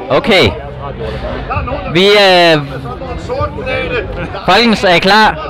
Okay. Folkens, er I klar?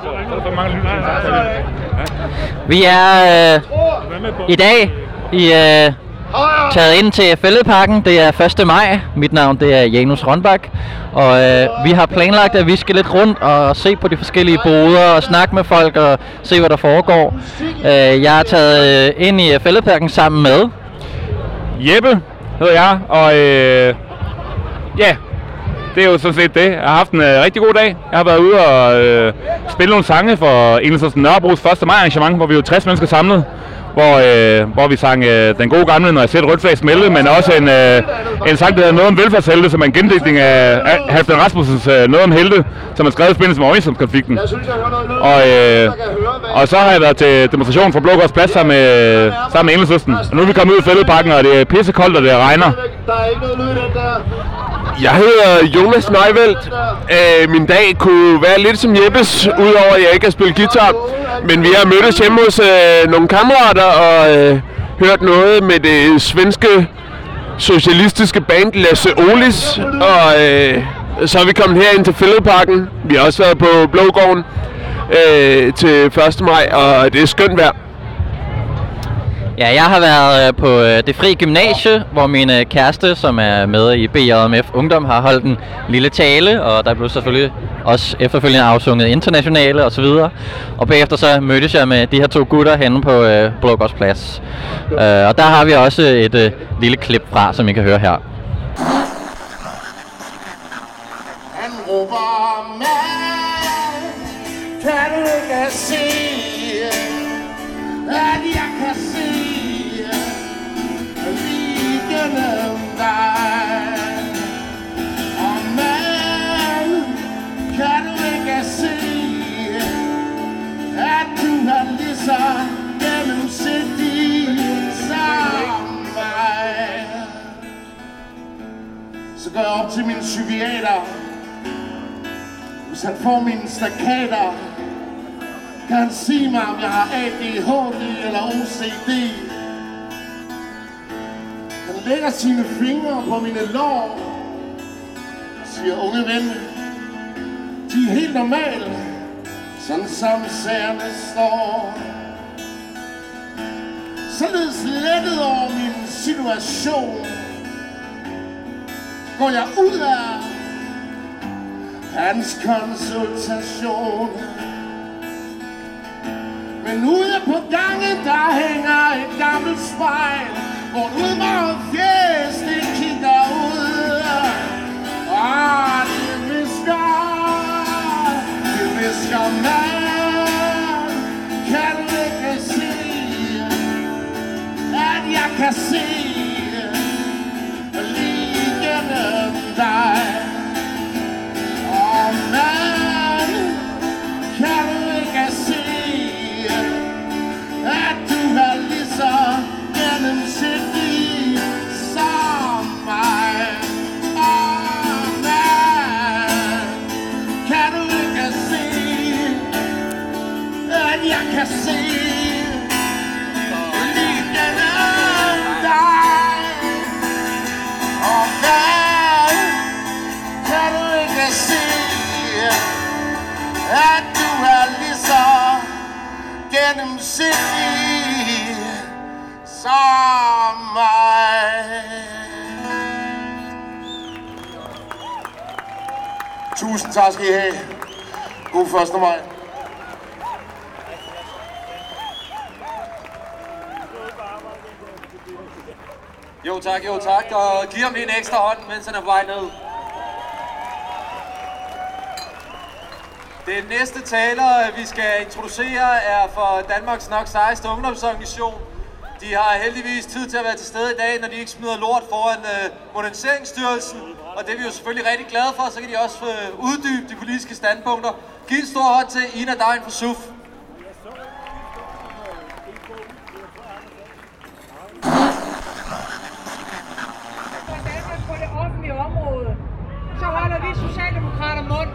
Vi er i dag taget ind til Fælledparken. Det er 1. maj. Mit navn det er Janus Rønbak. Og vi har planlagt, at vi skal lidt rundt og se på de forskellige boder og snakke med folk og se, hvad der foregår. Jeg er taget ind i Fælledparken sammen med Jeppe hedder jeg, og ja, det er jo sådan set det. Jeg har haft en rigtig god dag. Jeg har været ude og spille nogle sange for Enhedslisten Nørrebros 1. maj arrangement, hvor vi jo 60 mennesker samlet. Hvor vi sang den gode gamle, når jeg ser et rødt flag smelde, men også en sang, der hedder Noget om velfærdshelte, som er en gendigtning af Halfdan Rasmussens Noget om helte, som er skrevet i forbindelse med overenskomstkonflikten. Og så har jeg været til demonstration fra Blågårds Plads sammen med Enhedslisten. Og nu er vi kommet ud i Fælledparken, og det er pissekoldt, og det regner. Jeg hedder Jonas Neuveldt. Min dag kunne være lidt som Jeppes, udover at jeg ikke har spillet guitar. Men vi har mødtes hjemme hos nogle kammerater og hørt noget med det svenske socialistiske band Lasse Olis. Og så er vi kommet herind til Fælledparken. Vi har også været på Blågården til 1. maj, og det er skønt vejr. Ja, jeg har været på Det Fri Gymnasie, hvor min kæreste, som er med i BJMF Ungdom, har holdt en lille tale, og der blev selvfølgelig også efterfølgende afsunget internationale osv. Og bagefter så mødtes jeg med de her 2 gutter henne på Blågårds Plads. Og der har vi også et lille klip fra, som I kan høre her. Han råber mand, kan du ikke se, at jeg kan se lige gennem dig. Og mand, kan du ikke se, at du har lige så gennemsigtig som mig. Så går jeg op til min psykiater. Hvis han får mine stakater, kan han sige mig, om jeg har ADHD eller OCD. Han lægger sine fingre på mine lår og siger, unge ven, de er helt normale, sådan som sagerne står. Således lettet over min situation, går jeg ud af hans konsultation. Men ude på gangen, der hænger et gammelt spejl, hvor et udmarvet fjes, det kigger ud. Og det visker, mand, kan du ikke se, at jeg kan se lige gennem dig. Og mand, kan du ikke se, at du er lige så gennemsigtig som mig. Og mand, kan du ikke se, at jeg kan se lige gennem dig. Og mand, kan du ikke se, at du er lige så gennemsigtig som mig. Tusind tak skal I have. God 1. maj. Jo tak, og giv ham lige en ekstra hånd, mens han er på vej ned. Den næste taler, vi skal introducere, er for Danmarks nok sejeste ungdomsorganisation. De har heldigvis tid til at være til stede i dag, når de ikke smider lort foran Moderniseringsstyrelsen. Og det er vi jo selvfølgelig rigtig glade for, så kan de også uddybe de politiske standpunkter. Giv en stor hånd til Ina Dein fra SUF. På det offentlige område, så holder vi socialdemokrater mund.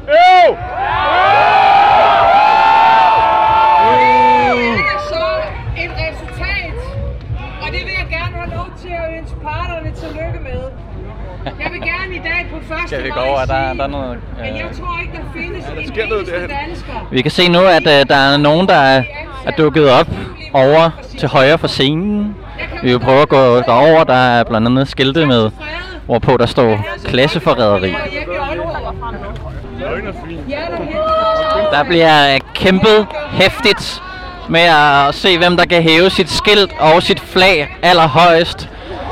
Så et resultat, og det vil jeg gerne have lov til at ønske parterne tillykke med. Jeg vil gerne i dag på første Skal vi gå over? Der er noget... Men jeg tror ikke, der findes en eneste dansker. Vi kan se nu, at der er nogen, der er dukket op over til højre for scenen. Vi vil prøve at gå derover. Der er blandt andet skilte med, hvorpå der står klasseforræderi. Der bliver kæmpet hæftigt med at se, hvem der kan hæve sit skilt og sit flag allerhøjest.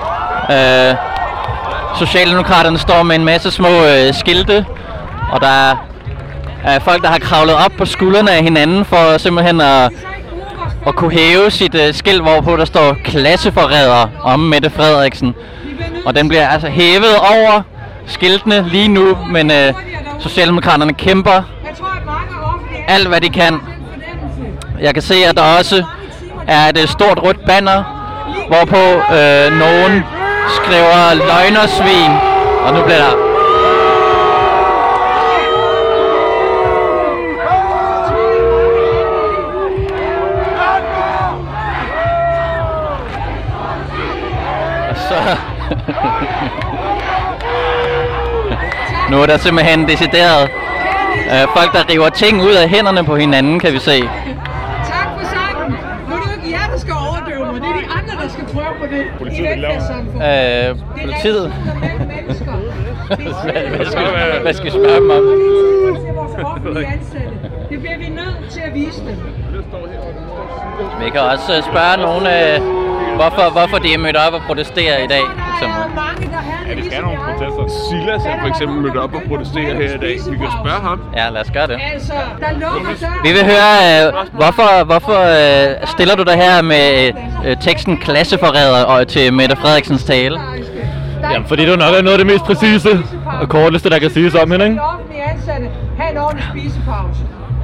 Socialdemokraterne står med en masse små skilte, og der er folk, der har kravlet op på skuldrene af hinanden for simpelthen at kunne hæve sit skilt, hvorpå der står klasseforræder om Mette Frederiksen. Og den bliver altså hævet over skiltene lige nu, men Socialdemokraterne kæmper alt, hvad de kan. Jeg kan se, at der også er et stort rødt banner, hvorpå nogen skriver løgnersvin, og nu bliver der... Og så... Nu er der simpelthen decideret folk, der river ting ud af hænderne på hinanden, kan vi se. Tak for sangen. Nu er det jo ikke jer, der skal overdøve mig. Det er de andre, der skal prøve på det. Politiet? Hvad skal vi spørge dem om? Det bliver vi nødt til at vise dem. Vi kan også spørge nogen, hvorfor de er mødt op og protesterer i dag. Ja, vi skal have nogle protester. Silas er for eksempel mødt op og protesterer her i dag. Vi kan spørge ham. Ja, lad os gøre det. Altså, der lukker døren. Vi vil høre, hvorfor stiller du dig her med teksten klasseforræder og til Mette Frederiksens tale? Jamen, fordi det nok er noget af det mest præcise og korteste, der kan siges om hende, ikke? Offentlige ansatte, have en ordentlig spisepause.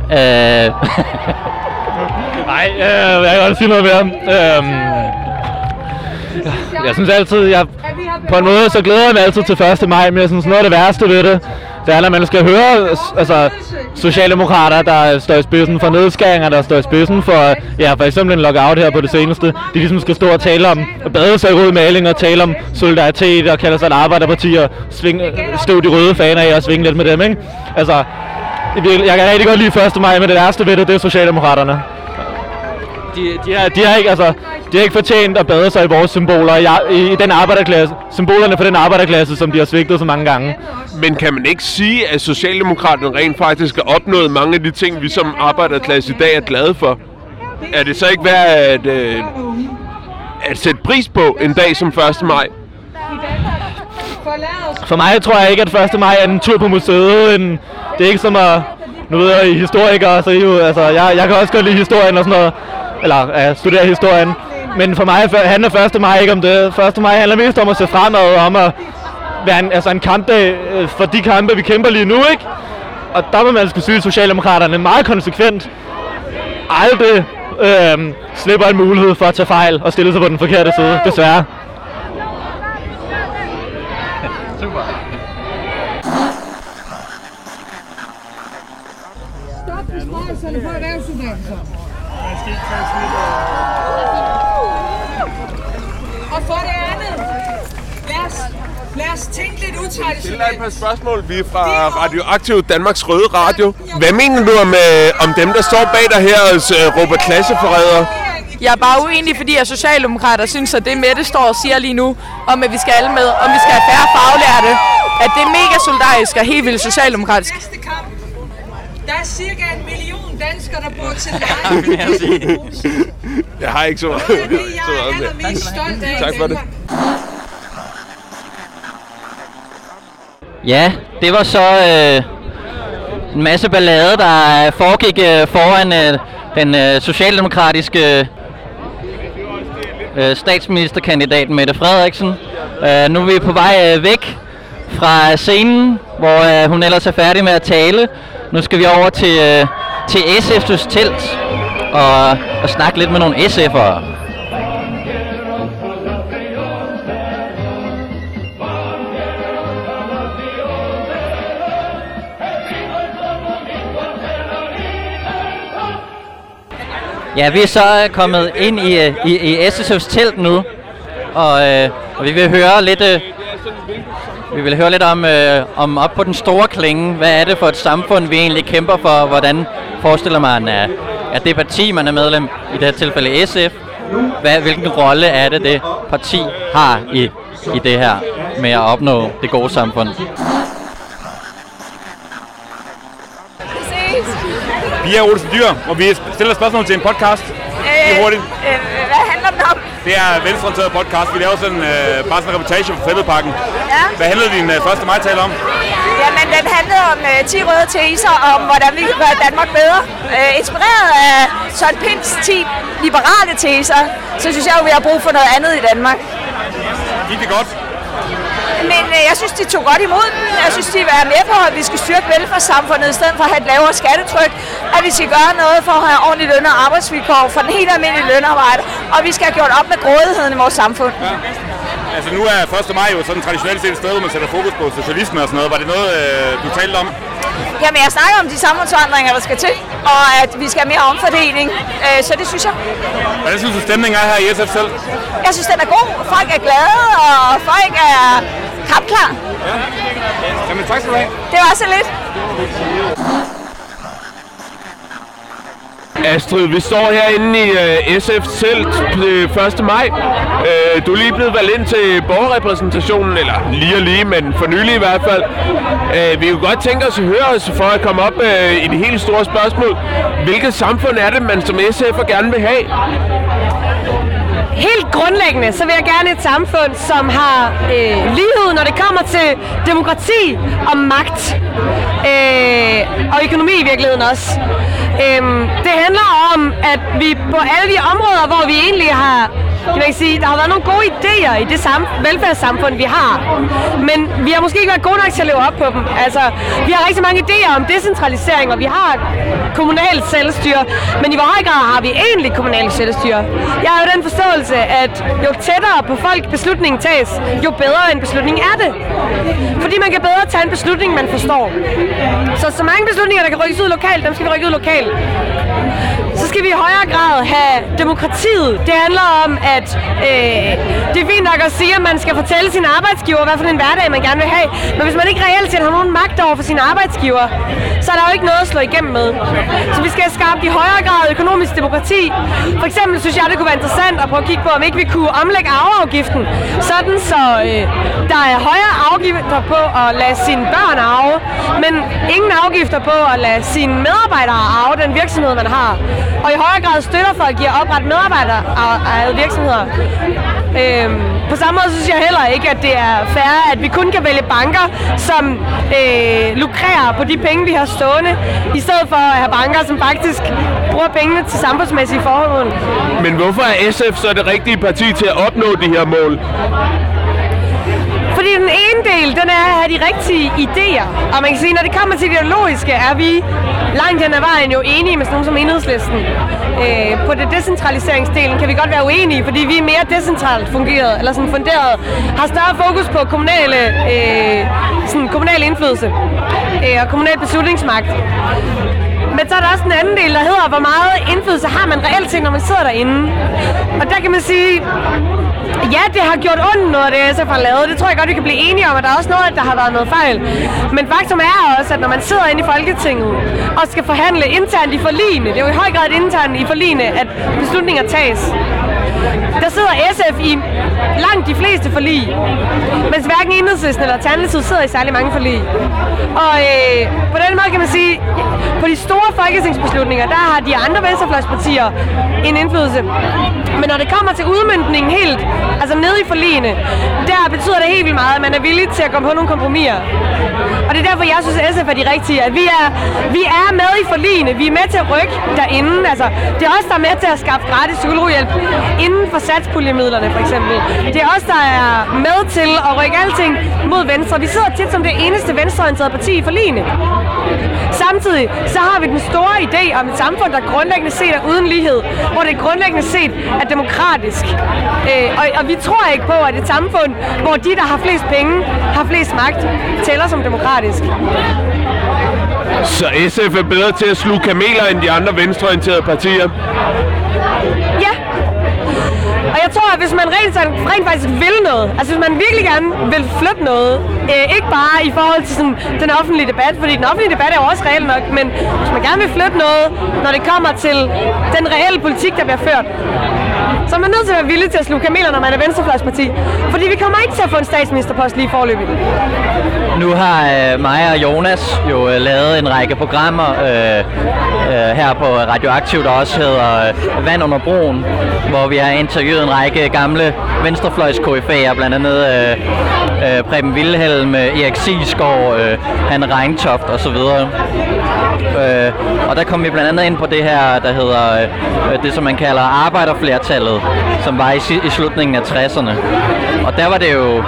Nej, jeg kan godt sige noget mere. Jeg synes altid, på en måde så glæder jeg mig altid til 1. maj, men jeg synes noget af det værste ved det, det er, når man skal høre altså, socialdemokrater, der står i spidsen for nedskæringer, der står i spidsen for, ja, for eksempel en lockout her på det seneste. De ligesom skal stå og tale om, bade sig i rød maling og tale om solidaritet og kalde sig et arbejderparti og støv de røde faner af og svinge lidt med dem, ikke? Altså, jeg kan rigtig godt lide 1. maj, men det værste ved det, det er socialdemokraterne. De har ikke fortjent at bade sig i vores symboler i den arbejderklasse, symbolerne for den arbejderklasse, som de har svigtet så mange gange. Men kan man ikke sige, at Socialdemokraterne rent faktisk har opnået mange af de ting, vi som arbejderklasse i dag er glade for? Er det så ikke værd at sætte pris på en dag som 1. maj? For mig tror jeg ikke, at 1. maj er en tur på museet. Det er ikke som at... Nu ved jeg, I historikere, så jeg kan også godt lide historien og sådan noget. Eller studere historien. Men for mig handler 1. maj ikke om det. 1. maj handler mest om at se fremad, og om at være en kampdag for de kampe, vi kæmper lige nu, ikke? Og der vil man skulle sige, at Socialdemokraterne meget konsekvent aldrig slipper en mulighed for at tage fejl og stille sig på den forkerte side, desværre. Stop besparelserne på erhvervsuddannelser. Og for det andet, lad os tænke lidt utraditionelt. Jeg stiller et par spørgsmål. Vi er fra Radioaktiv Danmarks Røde Radio. Hvad mener du om dem, der står bag dig her og råber klasseforræder? Jeg er bare uenig, fordi at socialdemokrater synes, at det Mette står og siger lige nu, om at vi skal alle med, om vi skal have færre faglærte, at det er mega solidarisk og helt vildt socialdemokratisk. Der er cirka 1 million danskere, der bor til leje. Jeg har ikke så meget. Det er det, jeg er allermest stolt af. Tak for det. Ja, det var så en masse ballade, der foregik foran den socialdemokratiske statsministerkandidat Mette Frederiksen. Nu er vi på vej væk fra scenen, hvor hun ellers er færdig med at tale. Nu skal vi over til SF's telt og snakke lidt med nogle SF'ere. Ja, vi er så kommet ind i SF's telt nu, og vi vil høre lidt Vi vil høre lidt om op på den store klinge. Hvad er det for et samfund, vi egentlig kæmper for? Hvordan forestiller man, at det parti, man er medlem, i det her tilfælde SF, hvilken rolle er det parti har i det her med at opnå det gode samfund? Pia Olsen Dyhr, og vi stiller spørgsmål til en podcast. Hurtigt. Hvad handler den om? Det er en venstreorienteret podcast. Vi laver sådan bare sådan en reportage fra Fælledparken. Ja. Hvad handlede din 1. maj-tale om? Jamen, den handlede om 10 røde teser om, hvordan vi kan gøre Danmark bedre. Inspireret af Søren Pinds 10 liberale teser, så synes jeg jo, vi har brug for noget andet i Danmark. Gik det godt? Men jeg synes, de tog godt imod den. Jeg synes, de vil være med på, at vi skal styrke velfærdssamfundet i stedet for at have et lavere skattetryk. At vi skal gøre noget for at have ordentlige løn- og arbejdsvilkår for den helt almindelige lønarbejde. Og vi skal have gjort op med grådigheden i vores samfund. Ja. Altså nu er 1. maj jo sådan traditionelt set et sted, hvor man sætter fokus på socialisme og sådan noget. Var det noget, du talte om? Jamen jeg snakker om de samfundsforandringer, der skal til. Og at vi skal have mere omfordeling. Så det synes jeg. Hvordan synes du stemningen er her i SF selv? Jeg synes, den er god. Folk er glade, og folk er kampklar. Ja. Jamen tak skal du have. Det var så lidt. Astrid, vi står herinde i SF selv 1. maj. Du er lige blevet valgt ind til borgerrepræsentationen, eller lige, men for nylig i hvert fald. Vi kunne godt tænke os at høre os for at komme op i det helt store spørgsmål. Hvilket samfund er det, man som SF'er gerne vil have? Helt grundlæggende, så vil jeg gerne et samfund, som har lighed, når det kommer til demokrati og magt. Og økonomi i virkeligheden også. Det handler om, at vi på alle de områder, hvor vi egentlig har, der har været nogle gode idéer i det velfærdssamfund, vi har. Men vi har måske ikke været gode nok til at leve op på dem. Altså, vi har rigtig mange idéer om decentralisering, og vi har kommunalt selvstyre. Men i hvor høj grad har vi egentlig kommunalt selvstyre? Jeg har jo den forståelse, at jo tættere på folk beslutningen tages, jo bedre en beslutning er det. Fordi man kan bedre tage en beslutning, man forstår. Så mange beslutninger, der kan rykkes ud lokalt, dem skal vi rykke ud lokalt. Så skal vi i højere grad have demokratiet. Det handler om, at det er fint nok at sige, at man skal fortælle sin arbejdsgiver, hvad for en hverdag man gerne vil have. Men hvis man ikke reelt set har nogen magt over for sin arbejdsgiver, så er der jo ikke noget at slå igennem med. Så vi skal skabe i højere grad økonomisk demokrati. For eksempel synes jeg, det kunne være interessant at prøve at kigge på, om ikke vi kunne omlægge arveafgiften. Sådan så der er højere afgifter på at lade sine børn arve, men ingen afgifter på at lade sine medarbejdere arve den virksomhed, man har. Og i højere grad støtter folk i at oprette medarbejderejede virksomheder. På samme måde synes jeg heller ikke, at det er fair, at vi kun kan vælge banker, som lukrerer på de penge, vi har stående, i stedet for at have banker, som faktisk bruger pengene til samfundsmæssige forhold. Men hvorfor er SF så det rigtige parti til at opnå de her mål? Fordi den ene del, den er at have de rigtige idéer. Og man kan sige, når det kommer til det ideologiske, er vi langt hen ad vejen jo enige med sådan nogen som Enhedslisten. På det decentraliseringsdelen kan vi godt være uenige, fordi vi er mere decentralt funderet, har større fokus på kommunal indflydelse og kommunal beslutningsmagt. Men så er der også en anden del, der hedder, hvor meget indflydelse har man reelt set, når man sidder derinde. Og der kan man sige, ja, det har gjort ondt noget af det, SF har lavet. Det tror jeg godt, vi kan blive enige om, at der er også noget, der har været noget fejl. Men faktum er også, at når man sidder inde i Folketinget og skal forhandle internt i forligene, det er jo i høj grad internt i forligene, at beslutninger tages. Der sidder SF i langt de fleste forlig, mens hverken Enhedslisten eller Alternativet sidder i særlig mange forlig. Og på den måde kan man sige, på de store folketingsbeslutninger, der har de andre venstrefløjspartier en indflydelse. Men når det kommer til udmøntningen helt, altså nede i forligene, der betyder det helt vildt meget, at man er villig til at komme på nogle kompromiser. Og det er derfor, jeg synes, at SF er de rigtige. At vi er med i forligene, vi er med til at rykke derinde. Altså, det er os, der er med til at skaffe gratis psykologhjælp inden for satspuljemidlerne, for eksempel. Det er os, der er med til at rykke alting mod venstre. Vi sidder tit som det eneste venstreorienterede parti i forligene. Samtidig så har vi den store idé om et samfund, der grundlæggende set er uden lighed, hvor det grundlæggende set er demokratisk. Og vi tror ikke på, at et samfund, hvor de, der har flest penge, har flest magt, tæller som demokratisk. Så SF er bedre til at sluge kameler end de andre venstreorienterede partier? Ja. Og jeg tror, at hvis man rent faktisk vil noget, altså hvis man virkelig gerne vil flytte noget, ikke bare i forhold til sådan, den offentlige debat, fordi den offentlige debat er jo også reel nok, men hvis man gerne vil flytte noget, når det kommer til den reelle politik, der bliver ført, så er man nødt til at være villig til at sluge kameler, når man er venstrefløjsparti. Fordi vi kommer ikke til at få en statsministerpost lige forløbig. Nu har mig og Jonas jo lavet en række programmer her på Radioaktiv, der også hedder Vand under broen, hvor vi har interviewet en række gamle venstrefløjs-koryfæer, blandt andet Preben Wilhelm, Erik Sigsgaard, Hanne Reintoft osv. Og der kom vi blandt andet ind på det her, der hedder det, som man kalder arbejderflertallet, som var i slutningen af 60'erne. Og der var det jo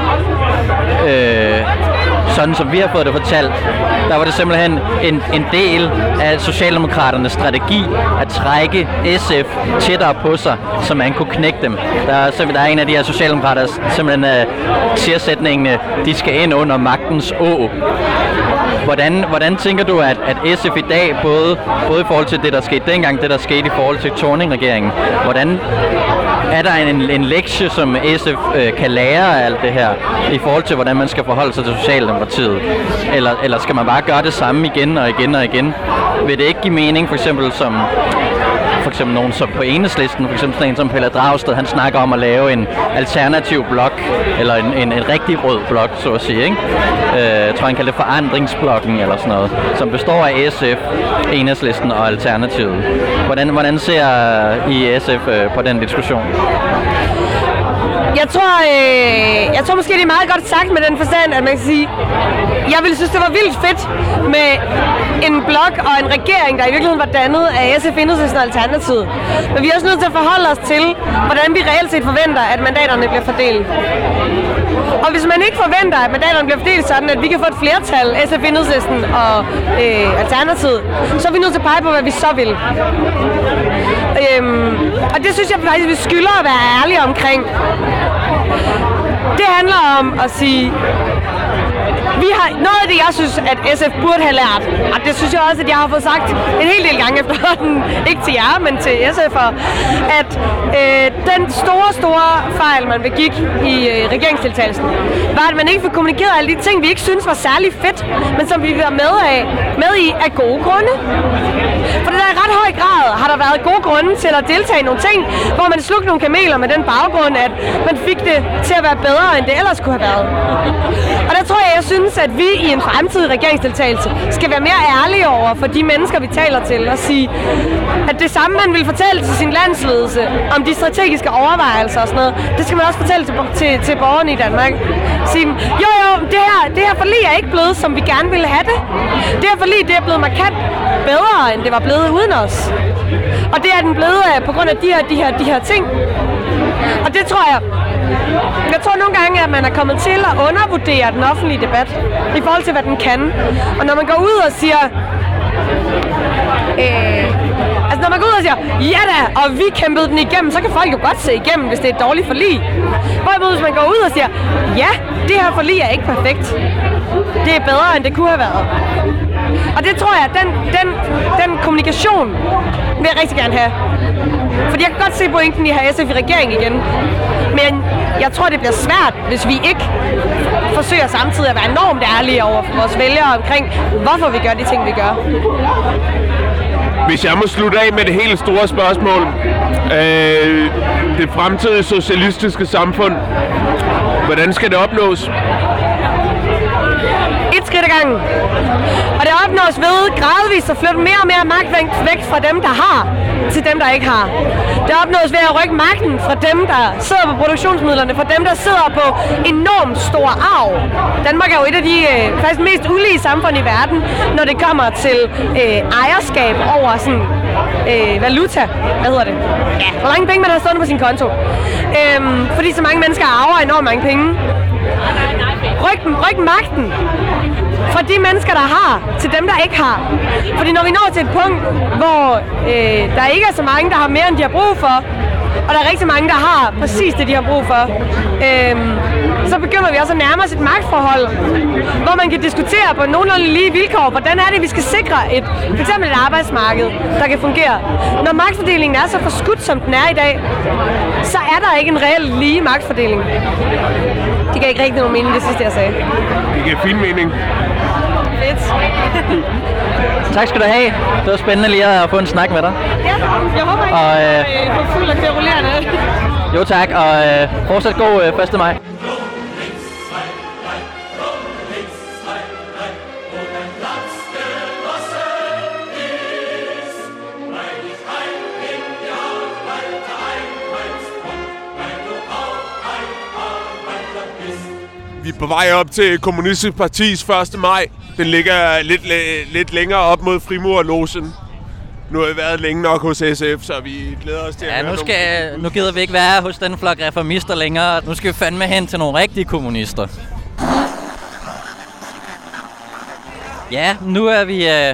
sådan som vi har fået det fortalt, der var det simpelthen en del af Socialdemokraternes strategi at trække SF tættere på sig, så man kunne knække dem. Der er en af de her socialdemokrater, simpelthen siger sætningen, de skal ind under magtens å. Hvordan tænker du, at SF i dag, både i forhold til det, der skete dengang, det der skete i forhold til Thorning-regeringen, hvordan er der en lektie, som SF kan lære af alt det her, i forhold til, hvordan man skal forholde sig til Socialdemokratiet? Eller skal man bare gøre det samme igen og igen og igen? Vil det ikke give mening, for eksempel nogen som på Enhedslisten, for eksempel sådan en som Pelle Dragsted, han snakker om at lave en alternativ blok, eller en rigtig rød blok, så at sige, ikke? Jeg tror, han kalder det forandringsblokken, eller sådan noget, som består af SF, Enhedslisten og Alternativet. Hvordan ser I SF på den diskussion? Jeg tror måske, det er meget godt sagt med den forstand, at man kan sige, jeg ville synes, det var vildt fedt med en blok og en regering, der i virkeligheden var dannet af SF, Enhedslisten og Alternativet. Men vi er også nødt til at forholde os til, hvordan vi reelt set forventer, at mandaterne bliver fordelt. Og hvis man ikke forventer, at mandaterne bliver fordelt sådan, at vi kan få et flertal, SF, Enhedslisten og Alternativet, så er vi nødt til at pege på, hvad vi så vil. Og det synes jeg faktisk, vi skylder at være ærlige omkring. Det handler om at sige, noget af det, jeg synes, at SF burde have lært, og det synes jeg også, at jeg har fået sagt en hel del gange efterhånden, ikke til jer, men til SF'er, at den store fejl, man begik i regeringsdeltagelsen, var, at man ikke fik kommunikeret alle de ting, vi ikke synes var særlig fedt, men som vi var med i af gode grunde. For det der i ret høj grad har der været gode grunde til at deltage i nogle ting, hvor man slugte nogle kameler med den baggrund, at man fik det til at være bedre, end det ellers kunne have været. Og der tror jeg synes, at vi i en fremtidig regeringsdeltagelse skal være mere ærlige over for de mennesker, vi taler til, og sige, at det samme, man vil fortælle til sin landsledelse om de strategiske overvejelser og sådan noget, det skal man også fortælle til borgerne i Danmark. Sige, jo, det her forlig er ikke blevet, som vi gerne ville have det. Det her forlig, det er blevet markant bedre, end det var blevet uden os. Og det er den blevet på grund af de her ting. Og det tror jeg tror nogle gange, at man er kommet til at undervurdere den offentlige debat i forhold til, hvad den kan. Og når man går ud og siger, når man går ud og siger, ja da, og vi kæmpede den igennem, så kan folk jo godt se igennem, hvis det er et dårligt forlig. Hvorimod hvis man går ud og siger, ja, det her forlig er ikke perfekt. Det er bedre, end det kunne have været. Og det tror jeg, den kommunikation vil jeg rigtig gerne have. Fordi jeg kan godt se pointen i at have SF i regering igen. Men jeg tror, det bliver svært, hvis vi ikke forsøger samtidig at være enormt ærlige over for vores vælgere omkring, hvorfor vi gør de ting, vi gør. Hvis jeg må slutte af med det helt store spørgsmål. Det fremtidige socialistiske samfund, hvordan skal det opnås? Et skridt ad gangen. Og det opnås ved gradvist at flytte mere og mere magt væk fra dem, der har, til dem, der ikke har. Det opnås ved at rykke magten fra dem, der sidder på produktionsmidlerne, fra dem, der sidder på enormt stor arv. Danmark er jo et af de faktisk mest ulige samfund i verden, når det kommer til ejerskab over sådan valuta. Hvad hedder det? Ja, hvor mange penge man har stående på sin konto. Fordi så mange mennesker arver enormt mange penge. Ryk magten fra de mennesker, der har, til dem, der ikke har. Fordi når vi når til et punkt, hvor der ikke er så mange, der har mere, end de har brug for, og der er rigtig mange, der har præcis det, de har brug for. Så begynder vi også at nærme os et magtforhold, hvor man kan diskutere på nogenlunde lige vilkår, hvordan er det, vi skal sikre for eksempel et arbejdsmarked, der kan fungere. Når magtfordelingen er så forskudt, som den er i dag, så er der ikke en reel lige magtfordeling. Det gav ikke rigtig nogen mening, det sidste, jeg sagde. Det giver fin mening. Fedt. Tak skal du have. Det var spændende lige at få en snak med dig. Ja, jeg håber ikke, at jeg er fuld og kværulerende. Jo tak, og fortsat god 1. maj. Vi er på vej op til Kommunistisk Partis 1. maj. Den ligger lidt længere op mod Frimurerlogen. Nu har vi været længe nok hos SF, så vi glæder os til at høre nu gider vi ikke være hos den flok reformister længere. Nu skal vi fandme hen til nogle rigtige kommunister. Ja, nu er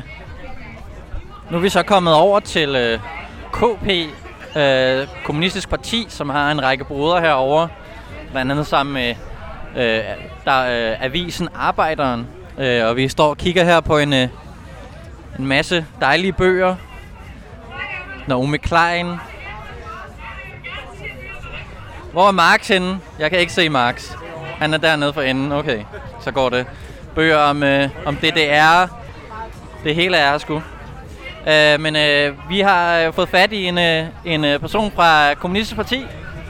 vi så kommet over til KP, Kommunistisk Parti, som har en række broder herovre. Blandt andet sammen med avisen Arbejderen. Og vi står og kigger her på en masse dejlige bøger. Naomi Klein. Hvor er Marx henne? Jeg kan ikke se Marx. Han er dernede for enden. Okay, så går det. Bøger om DDR. Det hele er sgu. Men vi har fået fat i en person fra Kommunistisk Parti,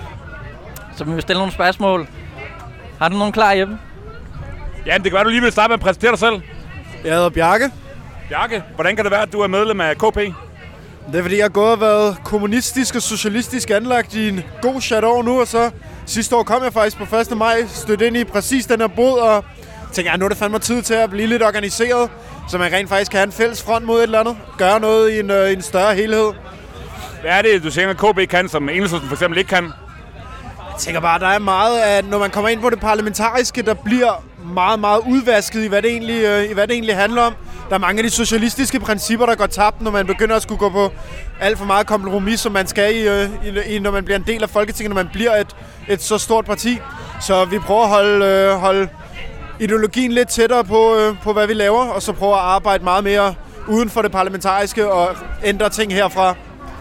som vil stille nogle spørgsmål. Har du nogen klar, Jeppe? Ja, det kan være, du lige vil starte med at præsentere dig selv. Jeg hedder Bjarke. Bjarke, hvordan kan det være, at du er medlem af KP? Det er fordi, jeg har gået og været kommunistisk og socialistisk anlagt i en god chat år nu, og så sidste år kom jeg faktisk på 1. maj, stødte ind i præcis den her bod, og tænkte, nu er det fandme tid til at blive lidt organiseret, så man rent faktisk kan have en fælles front mod et eller andet, gøre noget i en større helhed. Hvad er det, du tænker, KP kan, som Enhedslisten for eksempel ikke kan? Jeg tænker bare, der er meget, at når man kommer ind på det parlamentariske, der bliver meget, meget udvasket i, hvad det egentlig handler om. Der er mange af de socialistiske principper, der går tabt, når man begynder at skulle gå på alt for meget kompromis, som man skal når man bliver en del af Folketinget, når man bliver et så stort parti. Så vi prøver at holde ideologien lidt tættere på, hvad vi laver, og så prøver at arbejde meget mere uden for det parlamentariske og ændre ting herfra.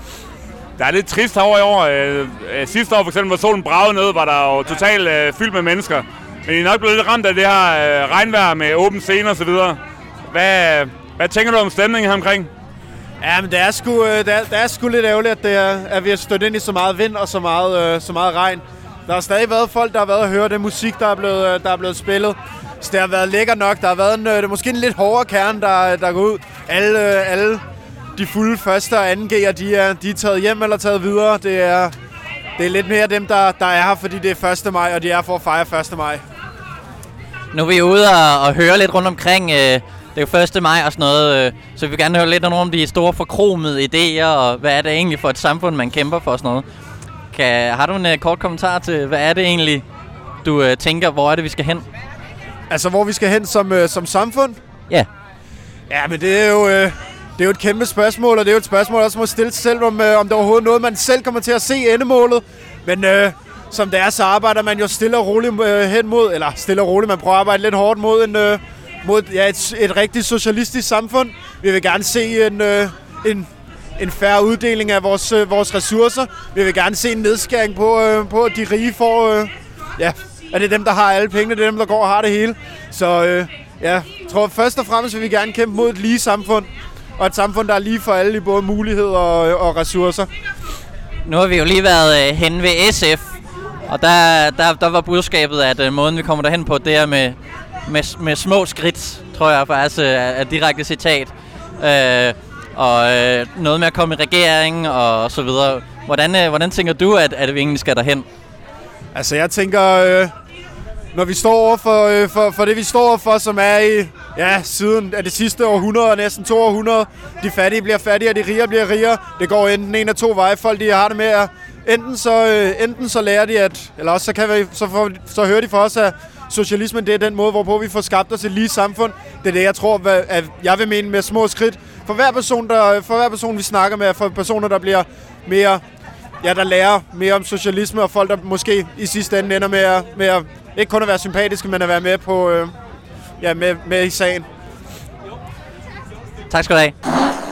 Der er lidt trist herovre i år. Sidste år for eksempel, hvor solen bragede ned, var der jo totalt fyldt med mennesker. Men I er nok blevet lidt ramt af det her regnvejr med åben scene og så videre. Hvad tænker du om stemningen her omkring? Ja, men det er sgu lidt ærgerligt, at vi har stødt ind i så meget vind og så meget regn. Der har stadig været folk, der har været at høre det musik, der er blevet spillet. Så det har været lækker nok. Der har været måske en lidt hårdere kerne, der går ud. Alle de fulde første og anden G'er, de er taget hjem eller taget videre. Det er lidt mere dem, der er her, fordi det er 1. maj, og de er for at fejre 1. maj. Nu er vi ude og høre lidt rundt omkring. Det er jo 1. maj og sådan noget, så vi vil gerne høre lidt om de store forkromede idéer, og hvad er det egentlig for et samfund, man kæmper for og sådan noget. Har du en kort kommentar til, hvad er det egentlig, du tænker, hvor er det, vi skal hen? Altså, hvor vi skal hen som samfund? Ja. Ja, men det er jo et kæmpe spørgsmål, og det er jo et spørgsmål, der også må stille sig selv, om det er overhovedet noget, man selv kommer til at se endemålet. Men som det er, så arbejder man jo stille og roligt hen mod, eller stille og roligt, man prøver at arbejde lidt hårdt mod et rigtigt socialistisk samfund. Vi vil gerne se en fair uddeling af vores ressourcer. Vi vil gerne se en nedskæring på at de rige får, at det er dem, der har alle pengene, det er dem, der går og har det hele. Så jeg tror først og fremmest vil vi gerne kæmpe mod et lige samfund, og et samfund, der er lige for alle i både muligheder og ressourcer. Nu har vi jo lige været hen ved SF, og der var budskabet, at måden vi kommer derhen på, det er med små skridt, tror jeg faktisk er direkte citat. Og noget med at komme i regering og så videre. Hvordan tænker du, at vi egentlig skal derhen? Altså jeg tænker, når vi står over for det vi står for, som er i siden af det sidste århundrede, næsten 2 århundreder, de fattige bliver fattigere, de rige bliver rigere. Det går enten en af 2 veje. Folk de har det med at enten så lærer de eller også så hører de for os, at socialismen det er den måde, hvorpå vi får skabt os et lige samfund. Det er det, jeg tror, at jeg vil mene med små skridt. For hver person vi snakker med, for personer, der bliver mere der lærer mere om socialisme, og folk, der måske i sidste ende ender med at ikke kun at være sympatiske, men at være med på med i sagen. Tak skal du have.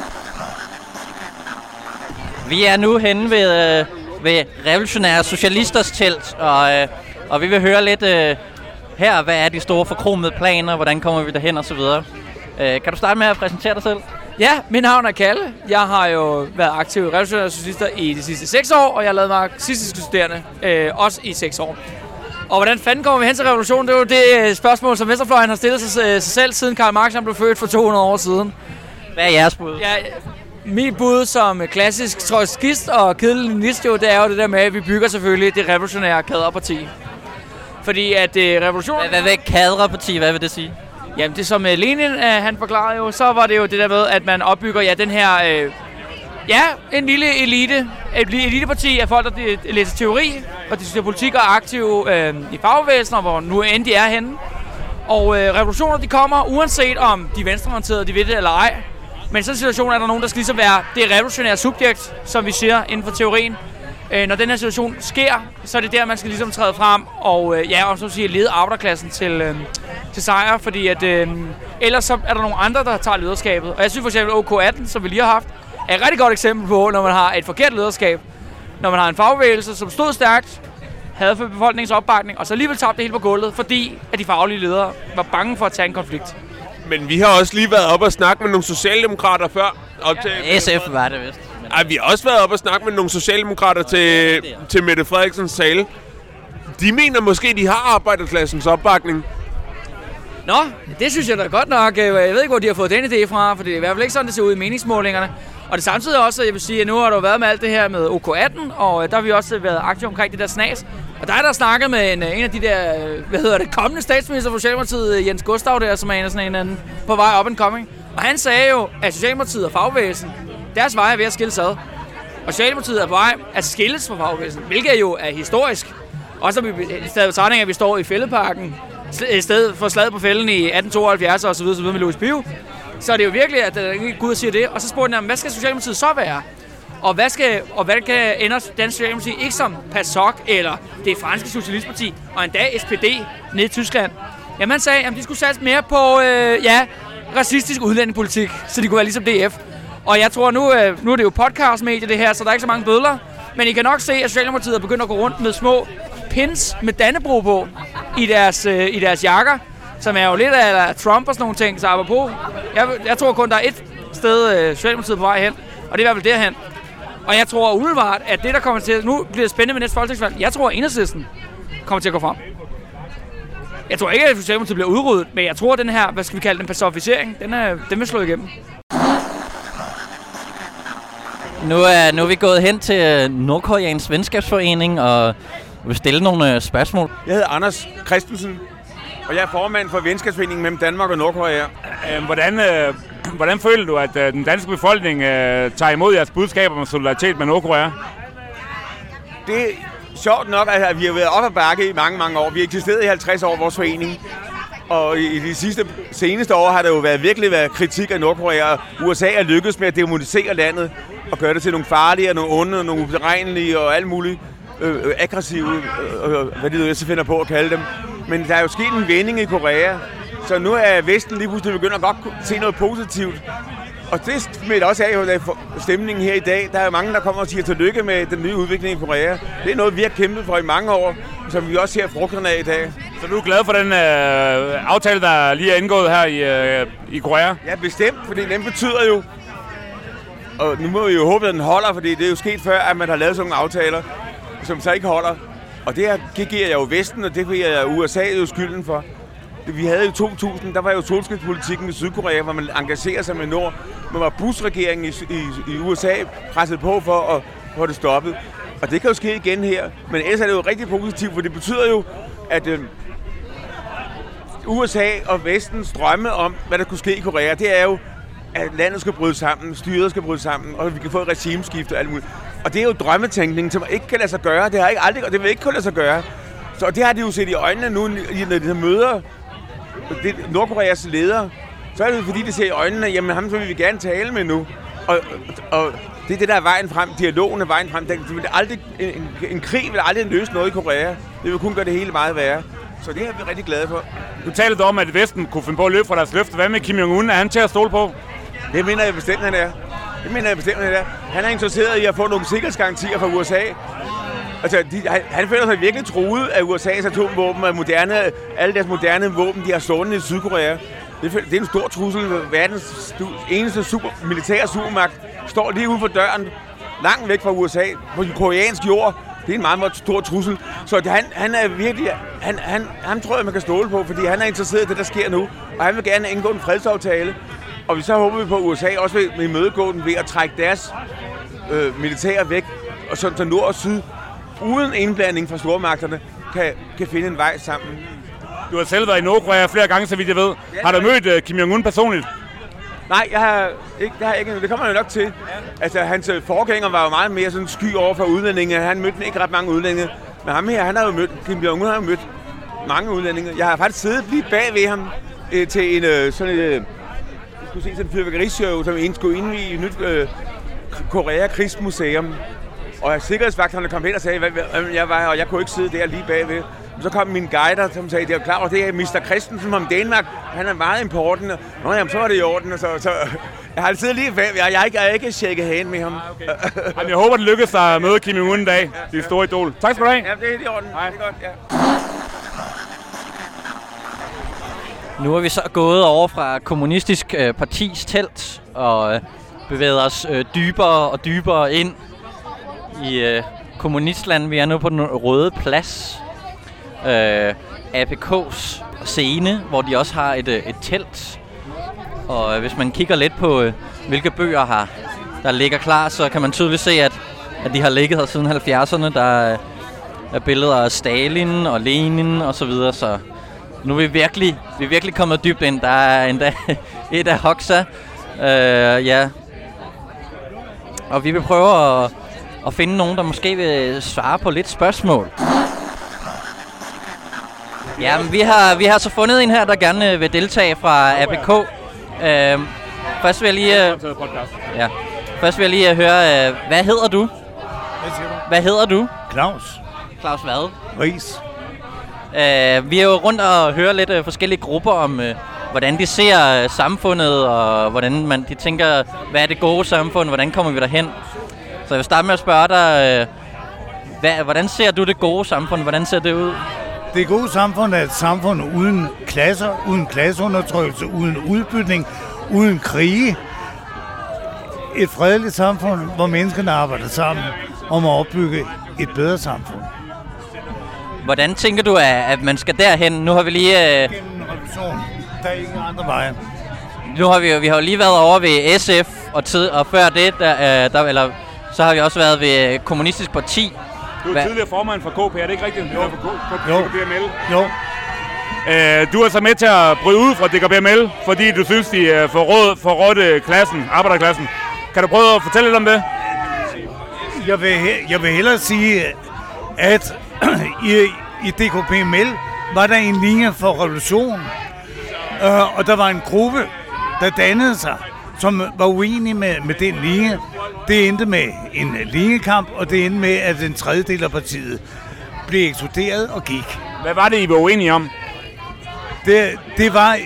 Vi er nu henne ved Revolutionære Socialisters telt, og vi vil høre lidt her, hvad er de store forkromede planer, hvordan kommer vi derhen og så videre. Kan du starte med at præsentere dig selv? Ja, mit navn er Kalle. Jeg har jo været aktiv i Revolutionære Socialister i de sidste 6 år, og jeg har lavet marxistiske studerende også i 6 år. Og hvordan fanden kommer vi hen til revolutionen? Det er jo det spørgsmål, som venstrefløjen har stillet sig selv, siden Karl Marx blev født for 200 år siden. Hvad er jeres bud? Ja, mit bud som klassisk trotskist og kedelig leninist, det er jo det der med, at vi bygger selvfølgelig det revolutionære kaderparti. Fordi at revolutionen... Hvad vil kaderparti? Hvad vil det sige? Jamen det som Lenin, han forklarede jo, så var det jo det der med, at man opbygger den her... en lille elite. Et eliteparti af folk, der læser teori og diskuterer politik og er aktive i fagbevægelsen, hvor nu end de er henne. Og revolutioner, de kommer uanset om de er venstreorienterede, de ved det eller ej. Men i sådan en situation er der nogen, der skal ligesom være det revolutionære subjekt, som vi siger inden for teorien. Når den her situation sker, så er det der, man skal ligesom træde frem og så sige, lede arbejderklassen til sejr, fordi at ellers så er der nogle andre, der tager lederskabet. Og jeg synes for eksempel OK18, som vi lige har haft, er et rigtig godt eksempel på, når man har et forkert lederskab. Når man har en fagbevægelse, som stod stærkt, havde for befolkningens opbakning, og så alligevel tabte det hele på gulvet, fordi at de faglige ledere var bange for at tage en konflikt. Men vi har også lige været op og snakke med nogle socialdemokrater før. SF var det vist. Ej, vi har også været op og snakke med nogle socialdemokrater til Mette Frederiksens tale. De mener måske, de har arbejderklassens opbakning. Nå, det synes jeg da godt nok. Jeg ved ikke, hvor de har fået den idé fra, for det er i hvert fald ikke sådan, det ser ud i meningsmålingerne. Og det samtidig også, jeg vil sige, at nu har du været med alt det her med OK18, og der har vi også været aktive omkring det der snas. Og der er der snakket med en af de der, kommende statsminister for Socialdemokratiet, Jens Gustav der, som er en anden på vej up and coming. Og han sagde jo, at Socialdemokratiet og fagbevægelsen, deres vej er ved at skilles ad. Og Socialdemokratiet er på vej at skilles fra fagbevægelsen, hvilket jo er historisk. Også når vi stadig betragtning, at vi står i Fælledparken, i stedet for slaget på fælden i 1872 og så videre med Louis Pio. Så er det jo virkelig, at Gud siger det. Og så spurgte han, hvad skal Socialdemokratiet så være? Og hvad kan ender Dansk Socialdemokrati ikke som PASOK eller det franske socialistparti og endda SPD nede i Tyskland? Jamen han sagde, at de skulle satse mere på racistisk udlændingepolitik, så de kunne være ligesom DF. Og jeg tror, nu er det jo podcastmedie det her, så der er ikke så mange bødler. Men I kan nok se, at Socialdemokratiet er begyndt at gå rundt med små pins med Dannebrog på i deres jakker, som er jo lidt af Trump og sådan nogle ting, så på. Jeg tror kun, der er et sted Socialdemokratiet på vej hen, og det er i hvert fald derhen. Og jeg tror umiddelbart, at det, der kommer til... Nu bliver det spændende med næste folketingsvalg. Jeg tror, at Enhedslisten kommer til at gå frem. Jeg tror ikke, at Socialdemokratiet bliver udryddet, men jeg tror, at den her, hvad skal vi kalde den, pacificering, den vil slå igennem. Nu er vi gået hen til Nordkoreansk Venskabsforening og vil stille nogle spørgsmål. Jeg hedder Anders Christensen, og jeg er formand for Venskabsforeningen mellem Danmark og Nordkorea. Hvordan føler du, at den danske befolkning tager imod jeres budskaber om solidaritet med Nordkorea? Det er sjovt nok, at vi har været op ad bakke i mange, mange år. Vi har eksisteret i 50 år, vores forening. Og i de seneste år har der jo virkelig været kritik af Nordkorea. USA er lykkedes med at demonisere landet og gøre det til nogle farlige, nogle onde, nogle uberegnelige og alt muligt aggressive, hvad det så finder på at kalde dem. Men der er jo sket en vending i Korea, så nu er Vesten lige pludselig begyndt at godt se noget positivt. Og det smitter også af stemningen her i dag. Der er jo mange, der kommer og siger tillykke med den nye udvikling i Korea. Det er noget, vi har kæmpet for i mange år, som vi også ser frugterne af i dag. Så du er glad for den aftale, der lige er indgået her i Korea? Ja, bestemt, fordi den betyder jo, og nu må vi jo håbe, at den holder, fordi det er jo sket før, at man har lavet sådan nogle aftaler, som så ikke holder. Og det giver jeg jo Vesten, og det giver jeg USA jo skylden for. Vi havde jo 2000, der var jo solskidspolitikken i Sydkorea, hvor man engagerer sig med Nord. Man var Bush-regeringen i USA presset på for at få det stoppet. Og det kan jo ske igen her. Men ellers er det jo rigtig positivt, for det betyder jo, at USA og Vestens drømme om, hvad der kunne ske i Korea, det er jo, at landet skal bryde sammen, styret skal bryde sammen, og vi kan få et regimeskifte og alt muligt. Og det er jo drømmetænkning, som ikke kan lade sig gøre. Det har ikke aldrig, og det vil ikke kunne lade sig gøre. Så det har de jo set i øjnene nu, når de møder Nordkoreas ledere. Så er det jo fordi, de ser i øjnene, jamen ham så vil vi gerne tale med nu. Og det er det, der er vejen frem. Dialogen er vejen frem. En krig vil aldrig løse noget i Korea. Det vil kun gøre det hele meget værre. Så det er vi rigtig glade for. Du talte om, at Vesten kunne finde på at løbe fra deres løfte. Hvad med Kim Jong-un? Er han til at stole på? Det mener jeg bestemt, han er. Han er interesseret i at få nogle sikkerhedsgarantier fra USA. Altså, han føler sig virkelig truet af USA's atomvåben og alle deres moderne våben, de har stående i Sydkorea. Det er en stor trussel. Verdens eneste militære supermagt står lige ude for døren, langt væk fra USA, på koreansk jord. Det er en meget, meget stor trussel. Så han er virkelig... Han tror jeg, man kan stole på, fordi han er interesseret i det, der sker nu. Og han vil gerne indgå en fredsaftale. Og så håber vi på, at USA også vil imødegå den ved at trække deres militær væk, og så nord og syd, uden indblanding fra stormagterne, kan finde en vej sammen. Du har selv været i Nordkorea flere gange, så vidt jeg ved. Har du mødt Kim Jong-un personligt? Nej, det har jeg ikke. Det kommer han jo nok til. Altså, hans forgænger var jo meget mere sådan sky over for udlændinge. Han mødte ikke ret mange udlændinge. Men ham her, han har jo mødt, Kim Jong-un har jo mødt mange udlændinge. Jeg har faktisk siddet lige bag ved ham til en sådan et fyrværkerishow, som skulle indvige et nyt Korea Krigsmuseum. Og sikkerhedsvagterne kom hen og sagde, hvem jeg var, og jeg kunne ikke sidde der lige bagved. Så kom min guider, som sagde, det er klar over, det er Mr. Christensen fra Danmark. Han er meget important. Nå jamen, så var det i orden. Og så jeg har siddet lige bagved. Jeg har ikke shaket hand med ham. Okay. Jamen, jeg håber, det lykkes dig at møde Kim Jong-un en dag. Det er store idol. Tak skal du have. Ja, det er i orden. Hej. Det er godt, ja. Nu er vi så gået over fra kommunistisk partis telt og bevæget os dybere og dybere ind i kommunistland. Vi er nu på den Røde Plads. APK's scene, hvor de også har et telt. Og hvis man kigger lidt på, hvilke bøger der ligger klar, så kan man tydeligt se, at de har ligget her siden 70'erne. Der er billeder af Stalin og Lenin og så videre, så nu er vi virkelig kommet dybt ind. Der er endda et af Hoxha. Ja. Og vi vil prøve at finde nogen, der måske vil svare på lidt spørgsmål. Ja, men vi har så fundet en her, der gerne vil deltage fra APK. Først vil jeg lige høre, hvad hedder du? Hvad hedder du? Claus. Claus hvad? Ries. Vi er jo rundt og hører lidt forskellige grupper om, hvordan de ser samfundet, og hvordan de tænker, hvad er det gode samfund, hvordan kommer vi derhen? Så jeg vil starte med at spørge dig, hvordan ser du det gode samfund, hvordan ser det ud? Det gode samfund er et samfund uden klasser, uden klasseundertrykkelse, uden udbytning, uden krige. Et fredeligt samfund, hvor menneskene arbejder sammen om at opbygge et bedre samfund. Hvordan tænker du, at man skal derhen? Nu har vi lige... Gennem revolution. Der er ingen andre veje. Nu har vi har jo lige været over ved SF, og før det, så har vi også været ved Kommunistisk Parti. Du er tidligere formand for KP, er det ikke rigtigt? Jo. DKBML. Jo. Du er så med til at bryde ud fra DKBML, fordi du synes, de forrådte klassen, arbejderklassen. Kan du prøve at fortælle lidt om det? Jeg vil hellere sige, at i DKBML var der en linje for revolution, og der var en gruppe, der dannede sig, som var uenige med den linje. Det endte med en linjekamp, og det endte med, at en tredjedel af partiet blev ekskluderet og gik. Hvad var det, I var uenige om? Det var...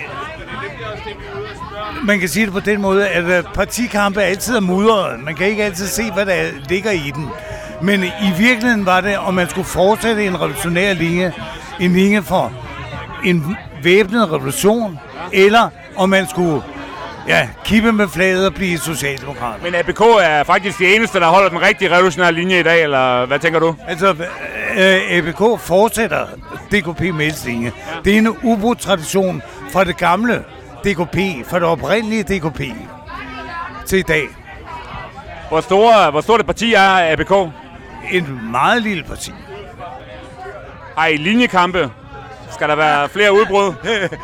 Man kan sige det på den måde, at partikampe altid er mudret. Man kan ikke altid se, hvad der ligger i den. Men i virkeligheden var det, om man skulle fortsætte en revolutionær linje, en linje for en væbnet revolution, eller om man skulle kippe med flaget og blive socialdemokrat. Men APK er faktisk det eneste, der holder den rigtige revolutionære linje i dag, eller hvad tænker du? Altså, APK fortsætter DKP-mails linje. Det er en ubrudt tradition fra det gamle DKP, fra det oprindelige DKP til i dag. Hvor stort et parti er APK? Et meget lille parti. Har I linjekampe? Skal der være flere udbrud?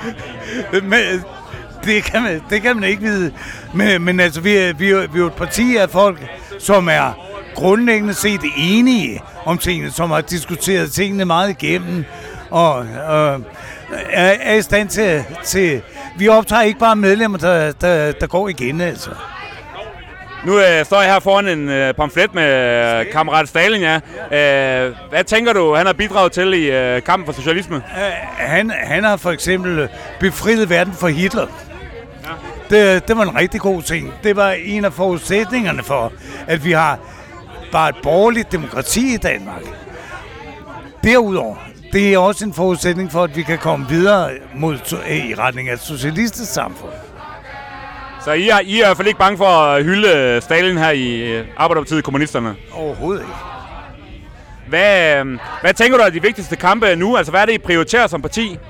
Det kan man ikke vide. Men altså, vi er jo et parti af folk, som er grundlæggende set enige om tingene, som har diskuteret tingene meget igennem, og er i stand til... Vi optager ikke bare medlemmer, der går igen, altså. Nu står jeg her foran en pamflet med kammerat Stalin, ja. Hvad tænker du, han har bidraget til i kampen for socialisme? Han har for eksempel befriet verden fra Hitler. Ja. Det var en rigtig god ting. Det var en af forudsætningerne for, at vi har bare et borgerligt demokrati i Danmark. Derudover, det er også en forudsætning for, at vi kan komme videre i retning af et socialistisk samfund. Så I er i hvert fald ikke bange for at hylde Stalin her i Arbejderpartiet Kommunisterne? Overhovedet ikke. Hvad tænker du er de vigtigste kampe nu? Altså, hvad er det, I prioriterer som parti?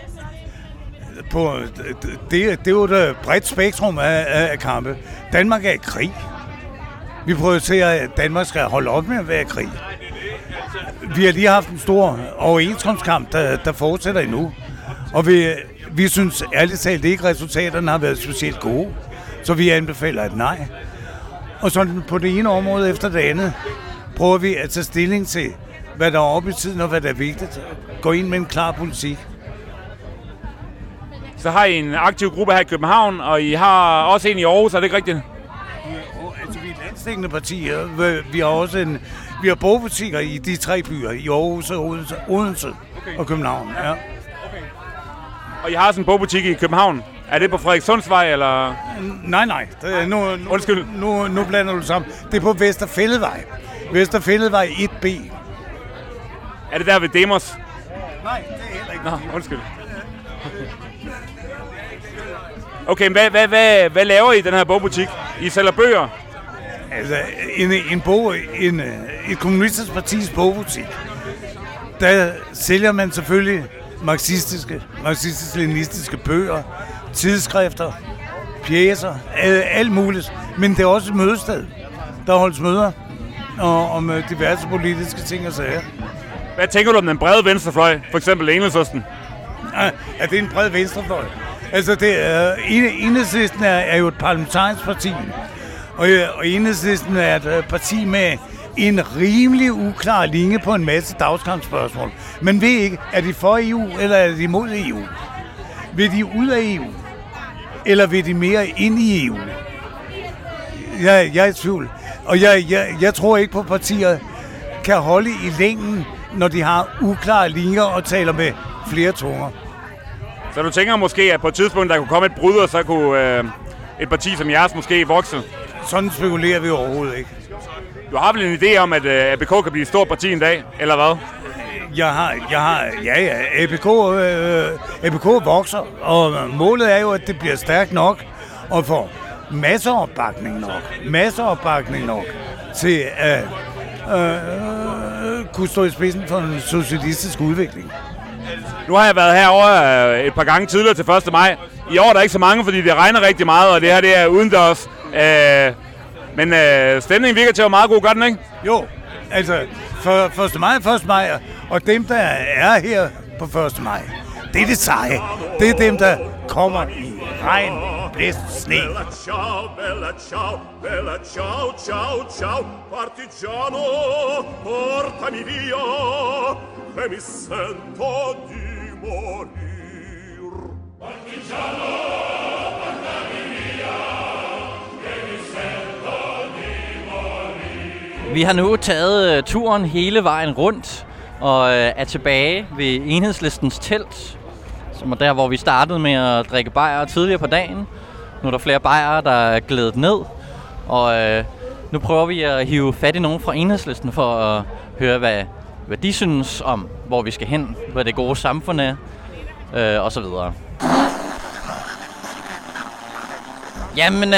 Det er jo et bredt spektrum af kampe. Danmark er i krig. Vi prioriterer, at Danmark skal holde op med at være i krig. Vi har lige haft en stor overenskomstkamp, der fortsætter endnu. Og vi synes ærligt talt ikke, at resultaterne har været specielt gode. Så vi anbefaler et nej. Og sådan på det ene område efter det andet, prøver vi at tage stilling til, hvad der er oppe i tiden og hvad der er vigtigt. Gå ind med en klar politik. Så har I en aktiv gruppe her i København, og I har også en i Aarhus, er det ikke rigtigt? Altså, vi er et landsdækkende parti. Vi har bogbutikker i de 3 byer, i Aarhus og Odense og København. Ja. Og I har sådan en bogbutik i København. Er det på Frederikssundsvej, eller? Nej. Undskyld. Nu blander du sammen. Det er på Vesterfælledvej. Vesterfælledvej 1B. Er det der ved Demos? Nej, det er heller ikke. Nå, undskyld. Okay, hvad laver I i den her bogbutik? I sælger bøger? Altså, et kommunistisk partis bogbutik, der sælger man selvfølgelig marxistisk-leninistiske bøger, tidsskrifter, pjecer, alt muligt. Men det er også et mødested. Der holdes møder om diverse politiske ting og sager. Hvad tænker du om den brede venstrefløj, for eksempel Enhedslisten? Ja, det er en bred venstrefløj. Altså, Enhedslisten er jo et parlamentarisk parti, og Enhedslisten er et parti med en rimelig uklar linje på en masse dagskampsspørgsmål. Men ved ikke, er de for EU, eller er de imod EU? Vil de ud af EU, eller vil de mere ind i EU? Jeg er i tvivl. Og jeg tror ikke på, at partier kan holde i længden, når de har uklare linjer og taler med flere tunger. Så du tænker måske, at på et tidspunkt, der kunne komme et brud, og så kunne et parti som jeres måske vokse? Sådan spekulerer vi overhovedet ikke. Du har vel en idé om, at ABK kan blive et stort parti en dag, eller hvad? ABK vokser, og målet er jo, at det bliver stærkt nok, og får masser opbakning nok til at kunne stå i spidsen for en socialistisk udvikling. Nu har jeg været herovre et par gange tidligere til 1. maj. I år er der ikke så mange, fordi det regner rigtig meget, og det her det er udendørs. Men stemningen virker til at være meget god, gør den ikke? Jo, altså for 1. maj, og dem, der er her på 1. maj, det er det seje. Det er dem, der kommer i regn, blæst, sne. Bella ciao, bella ciao, bella ciao, ciao, ciao, partigiano, portami via, e mi sento di morir. Partigiano, portami via, e mi sento di morir. Vi har nu taget turen hele vejen rundt og er tilbage ved Enhedslistens telt, som er der, hvor vi startede med at drikke bajere tidligere på dagen. Nu er der flere bajere, der er glædet ned, og nu prøver vi at hive fat i nogen fra Enhedslisten for at høre, hvad de synes om, hvor vi skal hen, hvad det gode samfund er, og så videre. Jamen,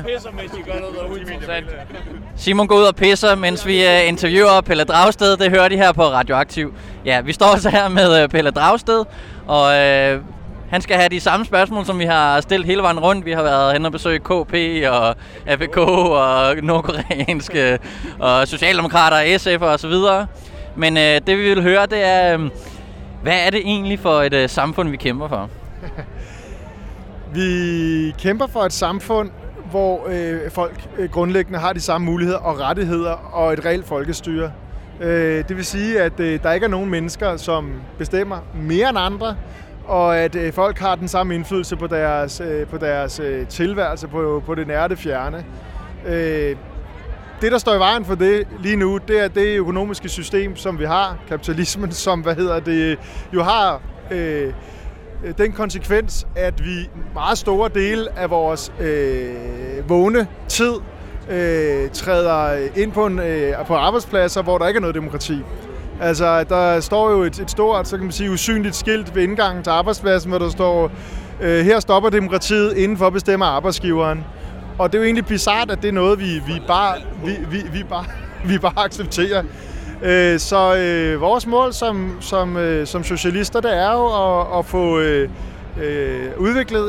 Simon går ud og pisser, mens vi interviewer Pelle Dragsted. Det hører de her på Radioaktiv. Ja, vi står så her med Pelle Dragsted, og han skal have de samme spørgsmål, som vi har stillet hele vejen rundt. Vi har været hen og besøgt KP og APK og nordkoreanske og socialdemokrater og SF'er og så videre. Men det vi vil høre, det er, hvad er det egentlig for et samfund, vi kæmper for? Vi kæmper for et samfund, hvor folk grundlæggende har de samme muligheder og rettigheder og et reelt folkestyre. Det vil sige, at der ikke er nogen mennesker, som bestemmer mere end andre, og at folk har den samme indflydelse på deres tilværelse, på det nære og det fjerne. Det, der står i vejen for det lige nu, det er det økonomiske system, som vi har, kapitalismen, som jo har den konsekvens, at vi meget store dele af vores vågne tid træder ind på arbejdspladser, hvor der ikke er noget demokrati. Altså, der står jo et stort, så kan man sige, usynligt skilt ved indgangen til arbejdspladsen, hvor der står, her stopper demokratiet, indenfor bestemmer arbejdsgiveren. Og det er jo egentlig bizarrt, at det er noget, vi bare accepterer. Så vores mål som socialister, det er jo at få udviklet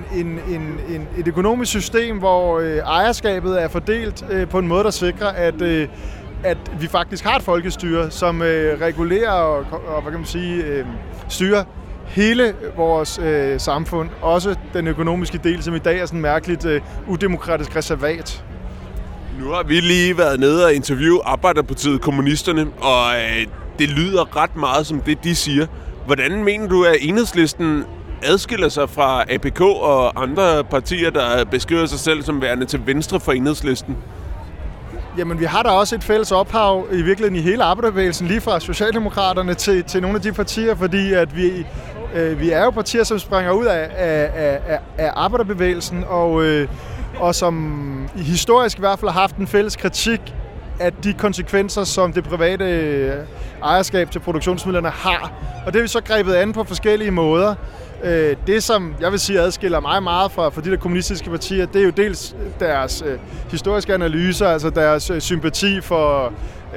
et økonomisk system, hvor ejerskabet er fordelt på en måde, der sikrer, at vi faktisk har et folkestyre, som regulerer og hvad kan man sige, styrer hele vores samfund. Også den økonomiske del, som i dag er sådan mærkeligt udemokratisk reservat. Nu har vi lige været nede og interviewe Arbejderpartiet, kommunisterne, og det lyder ret meget som det, de siger. Hvordan mener du, at Enhedslisten adskiller sig fra APK og andre partier, der beskriver sig selv som værende til venstre for Enhedslisten? Jamen, vi har da også et fælles ophav i virkeligheden i hele arbejderbevægelsen, lige fra Socialdemokraterne til nogle af de partier, fordi at vi er jo partier, som springer ud af arbejderbevægelsen, og som historisk i hvert fald har haft en fælles kritik af de konsekvenser, som det private ejerskab til produktionsmidlerne har. Og det har vi så grebet an på forskellige måder. Det, som jeg vil sige adskiller mig meget fra de der kommunistiske partier, det er jo dels deres historiske analyser, altså deres sympati for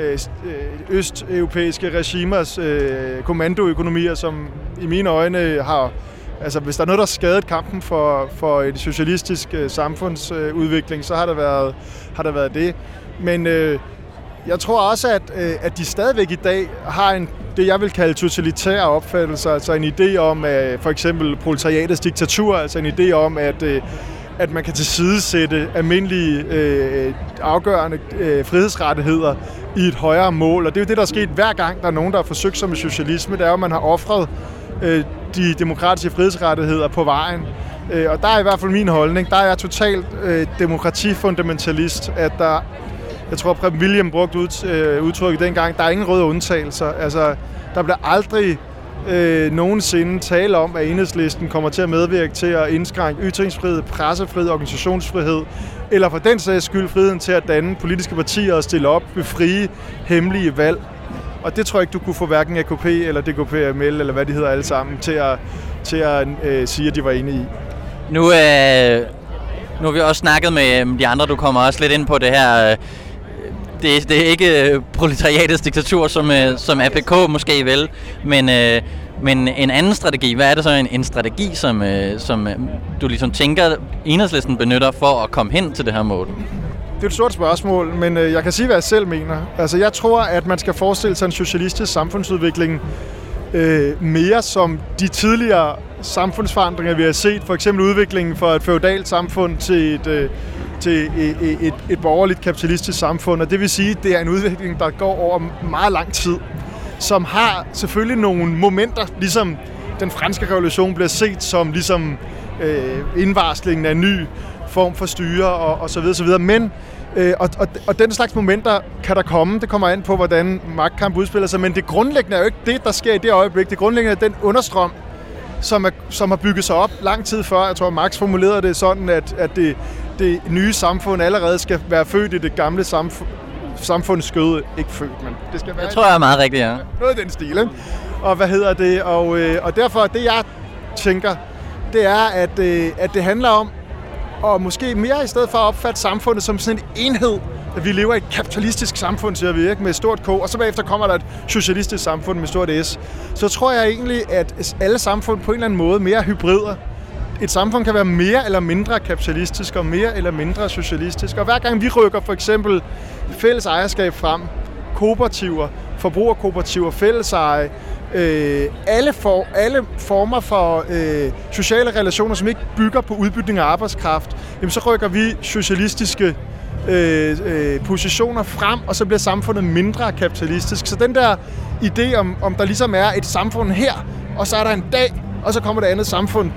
østeuropæiske regimers kommandoøkonomier, som i mine øjne har... Altså, hvis der er noget, der har skadet kampen for et socialistisk samfundsudvikling, så har der været det. Men jeg tror også, at de stadigvæk i dag har det, jeg vil kalde totalitære opfattelser, altså en idé om for eksempel proletariatets diktatur, altså en idé om, at man kan tilsidesætte almindelige afgørende frihedsrettigheder i et højere mål. Og det er jo det, der er sket hver gang, der er nogen, der har forsøgt sig med socialisme. Det er jo, at man har ofret de demokratiske frihedsrettigheder på vejen. Og der er i hvert fald min holdning. Der er jeg totalt demokratifundamentalist, at jeg tror, Preben Wilhjelm brugte udtrykket dengang, der er ingen røde undtagelser. Altså, der bliver aldrig nogensinde tale om, at Enhedslisten kommer til at medvirke til at indskrænke ytringsfrihed, pressefrihed, organisationsfrihed, eller for den sags skyld friheden til at danne politiske partier og stille op ved frie, hemmelige valg. Og det tror jeg ikke, du kunne få hverken AKP eller DKP-ML, eller hvad de hedder alle sammen, til at sige, at de var enige i. Nu har vi også snakket med de andre, du kommer også lidt ind på det her. Det er ikke proletariatets diktatur, som APK måske vil, men en anden strategi. Hvad er det så en strategi, som du ligesom tænker, Enhedslisten benytter for at komme hen til det her mål? Det er et stort spørgsmål, men jeg kan sige, hvad jeg selv mener. Altså, jeg tror, at man skal forestille sig en socialistisk samfundsudvikling mere som de tidligere samfundsforandringer, vi har set. For eksempel udviklingen fra et feudalt samfund til et borgerligt kapitalistisk samfund. Og det vil sige, at det er en udvikling, der går over meget lang tid, som har selvfølgelig nogle momenter, ligesom den franske revolution bliver set som ligesom indvarslingen af en ny form for styre og så videre, så videre. Men og den slags momenter kan der komme. Det kommer an på, hvordan magtkamp udspiller sig. Men det grundlæggende er jo ikke det, der sker i det øjeblik. Det grundlæggende er den understrøm, som har bygget sig op lang tid før. Jeg tror, Marx formulerede det sådan, at det nye samfund allerede skal være født i det gamle samfunds skød. Ikke født, men det skal være... Jeg tror, jeg er meget rigtigt, ja. Noget af den stil, ikke? Og hvad hedder det? Og derfor, det jeg tænker, det er, at det handler om, og måske mere i stedet for at opfatte samfundet som sådan en enhed, at vi lever i et kapitalistisk samfund, siger vi, ikke, med stort K, og så bagefter kommer der et socialistisk samfund med stort S. Så tror jeg egentlig, at alle samfund på en eller anden måde mere hybrider. Et samfund kan være mere eller mindre kapitalistisk og mere eller mindre socialistisk. Og hver gang vi rykker for eksempel fælles ejerskab frem, kooperativer, forbrugerkooperativer, fælleseje, alle former for sociale relationer, som ikke bygger på udbytning af arbejdskraft, jamen så rykker vi socialistiske positioner frem, og så bliver samfundet mindre kapitalistisk. Så den der idé om der ligesom er et samfund her, og så er der en dag, og så kommer det andet samfund der,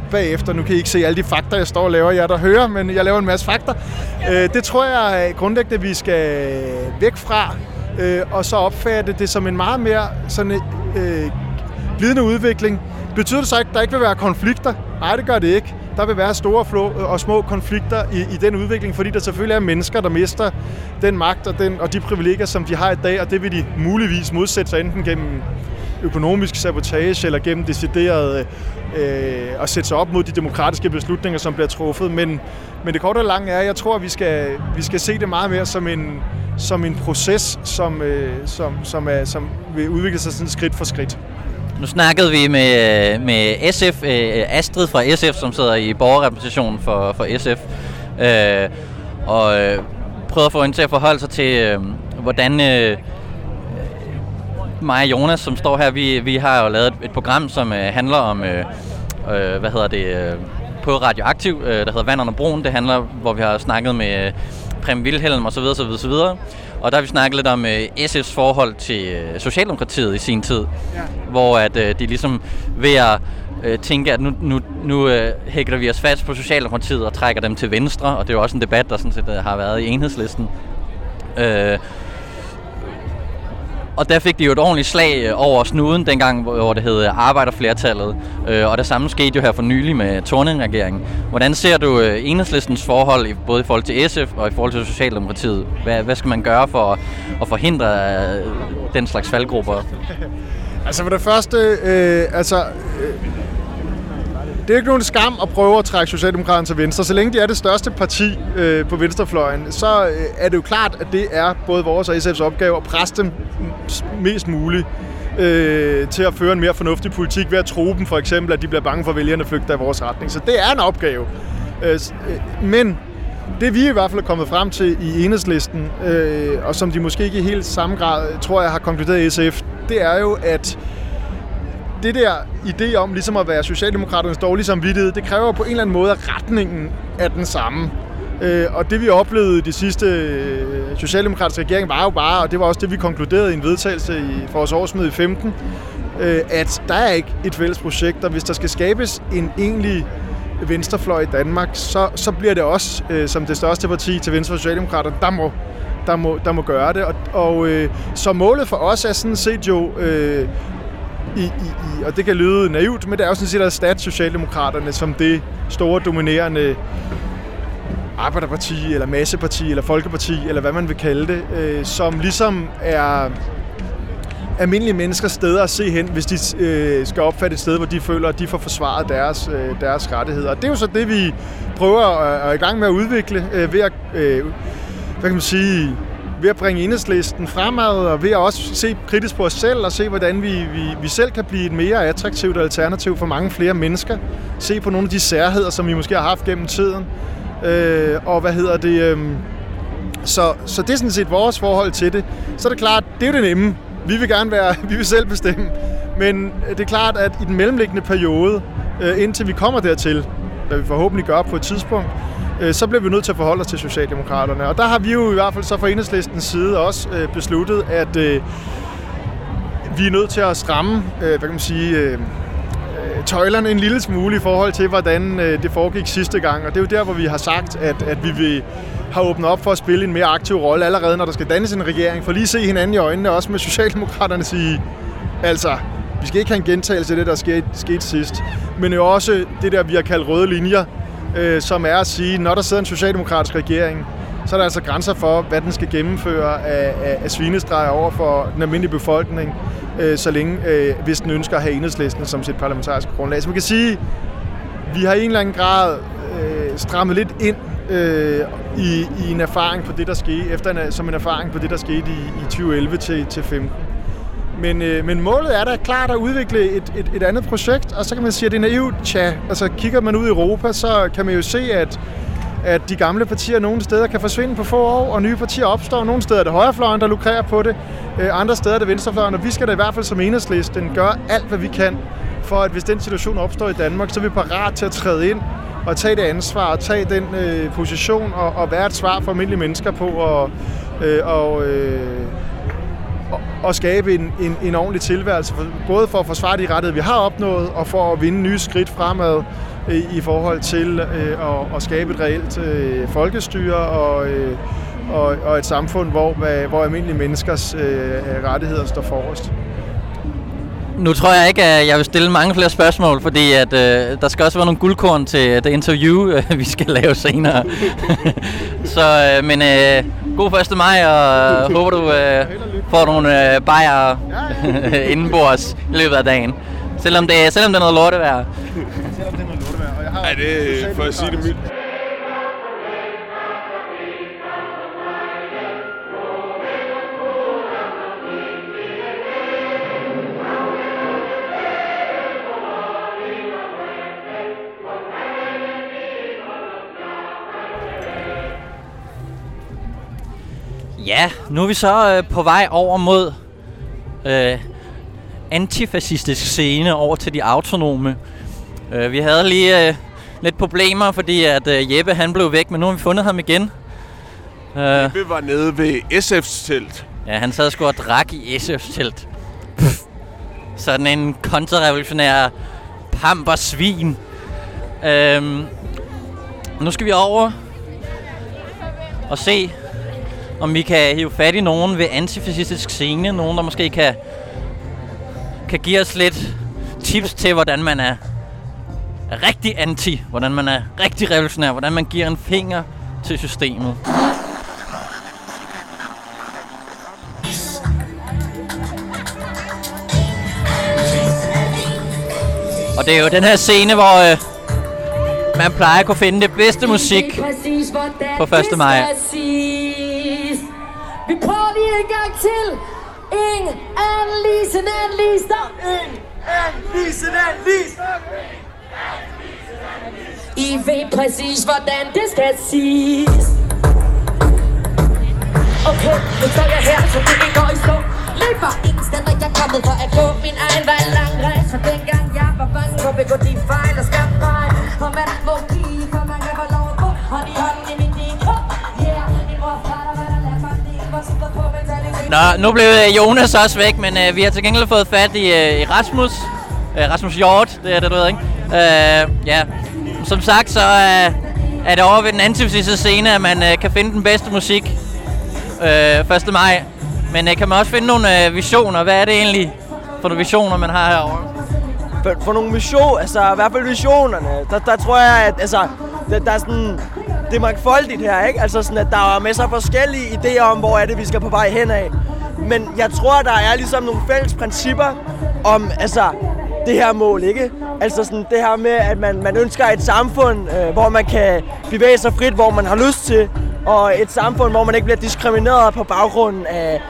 bagefter. Nu kan I ikke se alle de fakta, jeg står og laver, jer der hører, men jeg laver en masse fakta. Det tror jeg grundlæggende, vi skal væk fra, og så opfatte det som en meget mere sådan glidende udvikling. Betyder det så ikke, at der ikke vil være konflikter? Nej, det gør det ikke. Der vil være store og små konflikter i den udvikling, fordi der selvfølgelig er mennesker, der mister den magt og de privilegier, som de har i dag, og det vil de muligvis modsætte sig enten gennem økonomisk sabotage eller gennem decideret at sætte sig op mod de demokratiske beslutninger, som bliver truffet. Men det korte og lange er, at jeg tror, at vi skal se det meget mere som en proces, som vil udvikle sig sådan skridt for skridt. Nu snakkede vi med SF, Astrid fra SF, som sidder i borgerrepræsentationen for SF, og prøvede at få hende til at forholde sig til, hvordan mig og Jonas, som står her, vi har jo lavet et program, som handler om, på Radioaktiv, der hedder Vand under broen. Det handler, hvor vi har snakket med Preben Wilhelm og så videre. Og der har vi snakket lidt om SF's forhold til Socialdemokratiet i sin tid, hvor at de ligesom ved at tænke, at nu hækker vi os fast på Socialdemokratiet og trækker dem til venstre, og det er jo også en debat, der sådan set har været i Enhedslisten. Og der fik de jo et ordentligt slag over snuden dengang, hvor det hed arbejderflertallet. Og det samme skete jo her for nylig med Thorning-regeringen. Hvordan ser du Enhedslistens forhold, både i forhold til SF og i forhold til Socialdemokratiet? Hvad skal man gøre for at forhindre den slags faldgrupper? Altså for det første, det er ikke nogen skam at prøve at trække Socialdemokraterne til venstre. Så længe de er det største parti på venstrefløjen, så er det jo klart, at det er både vores og SF's opgave at presse dem mest muligt til at føre en mere fornuftig politik ved at true dem, for eksempel, at de bliver bange for, at vælgerne flygter i vores retning. Så det er en opgave. Men det vi i hvert fald er kommet frem til i Enhedslisten, og som de måske ikke i helt samme grad, tror jeg, har konkluderet i SF, det er jo, at det der idé om ligesom at være Socialdemokraternes dårlige samvittighed, det kræver på en eller anden måde, at retningen er den samme. Og det vi oplevede i de sidste socialdemokratiske regering var jo bare, og det var også det vi konkluderede i en vedtagelse for vores årsmøde i 15, at der er ikke et fælles projekt, og hvis der skal skabes en egentlig venstrefløj i Danmark, så bliver det også som det største parti til venstre for Socialdemokraterne, der må gøre det. Så målet for os er sådan set jo og det kan lyde naivt, men det er jo sådan set at erstatte Socialdemokraterne som det store, dominerende arbejderparti, eller masseparti, eller folkeparti, eller hvad man vil kalde det, som ligesom er almindelige menneskers steder at se hen, hvis de skal opfatte et sted, hvor de føler, at de får forsvaret deres rettigheder. Og det er jo så det, vi prøver at i gang med at udvikle ved at, hvad kan man sige, ved at bringe Enhedslisten fremad, og ved at også se kritisk på os selv, og se, hvordan vi selv kan blive et mere attraktivt alternativ for mange flere mennesker. Se på nogle af de særheder, som vi måske har haft gennem tiden. Så det er sådan set vores forhold til det. Så er det klart, det er jo det nemme. Vi vil selv bestemme. Men det er klart, at i den mellemliggende periode, indtil vi kommer dertil, hvad vi forhåbentlig gør på et tidspunkt, så bliver vi nødt til at forholde os til Socialdemokraterne. Og der har vi jo i hvert fald så fra Enhedslistens side også besluttet, at vi er nødt til at stramme, tøjlerne en lille smule i forhold til, hvordan det foregik sidste gang. Og det er jo der, hvor vi har sagt, at vi vil have åbnet op for at spille en mere aktiv rolle allerede, når der skal dannes en regering. For lige se hinanden i øjnene, også med Socialdemokraterne sige, altså, vi skal ikke have en gentagelse af det, der skete sidst. Men jo også det der, vi har kaldt røde linjer, som er at sige, når der sidder en socialdemokratisk regering, så er der altså grænser for, hvad den skal gennemføre af svinestreger over for den almindelige befolkning, så længe, hvis den ønsker at have Enhedslisten som sit parlamentariske grundlag. Så man kan sige, vi har i en eller anden grad strammet lidt ind i en erfaring på det, der skete, som en erfaring på det, der skete i 2011 til 15. Men målet er da klart at udvikle et andet projekt, og så kan man sige, at det er naivt. Altså kigger man ud i Europa, så kan man jo se, at de gamle partier nogle steder kan forsvinde på få år, og nye partier opstår. Nogle steder er det højrefløjen, der lukrerer på det, andre steder er det venstrefløjen, og vi skal da i hvert fald som Enhedslisten gøre alt, hvad vi kan, for at hvis den situation opstår i Danmark, så er vi parat til at træde ind og tage det ansvar, og tage den position, og være et svar for almindelige mennesker på, og skabe en ordentlig tilværelse, både for at forsvare de rettigheder, vi har opnået, og for at vinde nye skridt fremad i forhold til at skabe et reelt folkestyre og et samfund, hvor almindelige menneskers rettigheder står forrest. Nu tror jeg ikke, at jeg vil stille mange flere spørgsmål, fordi at, der skal også være nogle guldkorn til det interview, vi skal lave senere. Så, men god 1. maj, og håber du får nogle bajere indenbords i løbet af dagen. Selvom det er noget lortevejr. Ej, det er for at sige det mildt. Ja, nu er vi så på vej over mod antifascistisk scene, over til de autonome. Vi havde lige lidt problemer, fordi at Jeppe han blev væk, men nu har vi fundet ham igen. Jeppe var nede ved SF's telt. Ja, han sad sgu og drak i SF's telt. Sådan en kontrarevolutionær pampersvin. Nu skal vi over og se, om vi kan hive fat i nogen ved antifascistisk scene. Nogen, der måske kan give os lidt tips til, hvordan man er rigtig anti. Hvordan man er rigtig revolutionær. Hvordan man giver en finger til systemet. Og det er jo den her scene, hvor man plejer at kunne finde det bedste musik på 1. maj. Vi prøver lige en gang til. Ingen Annelise, stop. Ingen Annelise. I ved præcis, hvordan det skal siges. Okay, nu står jeg her, så det ikke går i stå. Lige fra ingen steder, jeg er kommet for at gå min egen vej lang rejse. For dengang jeg var bange for at begå de fejl og skam mig. For man må give, for man kan få lov at gå. Hånd i hånden i min DK. Yeah, en mor fra der var der lader mig det. Var super på mentalitet. Nå, nu blev Jonas også væk, men vi har til gengæld fået fat i Rasmus. Rasmus Hjort, det er det, du ved, ikke? Ja, som sagt, så er det over ved den antifascistiske scene, at man kan finde den bedste musik 1. maj. Men kan man også finde nogle visioner? Hvad er det egentlig for nogle visioner, man har herovre? For nogle visioner, altså i hvert fald visionerne, der tror jeg, at altså, der er sådan, det er mangfoldigt her, ikke? Altså sådan, at der er masser af forskellige idéer om, hvor er det, vi skal på vej hen af. Men jeg tror, der er ligesom nogle fælles principper om, altså, det her mål, ikke? Altså sådan det her med, at man ønsker et samfund, hvor man kan bevæge sig frit, hvor man har lyst til, og et samfund, hvor man ikke bliver diskrimineret på baggrunden af,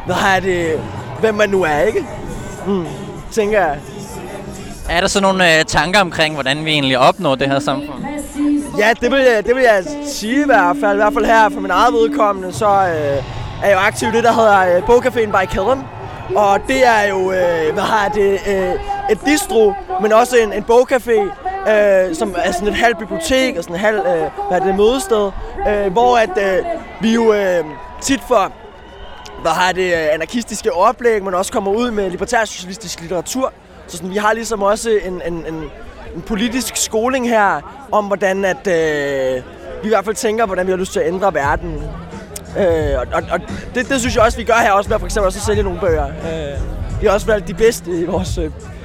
hvem man nu er, ikke? Tænker jeg. Er der så nogle tanker omkring, hvordan vi egentlig opnår det her samfund? Ja, det vil jeg sige i hvert fald her for min eget vedkommende, så er jeg jo aktiv i det, der hedder Bogcaféen by Kæden. Og det er jo, et distro, men også en bogcafé, som er sådan et halvt bibliotek og sådan et halvt mødested, hvor at vi jo tit får anarkistiske oplæg, men også kommer ud med libertær-socialistisk litteratur. Så sådan, vi har ligesom også en politisk skoling her om, hvordan at vi i hvert fald tænker, hvordan vi har lyst til at ændre verden. Og det synes jeg også, vi gør her også med for eksempel også at sælge nogle bøger. Vi har også valgt de bedste i vores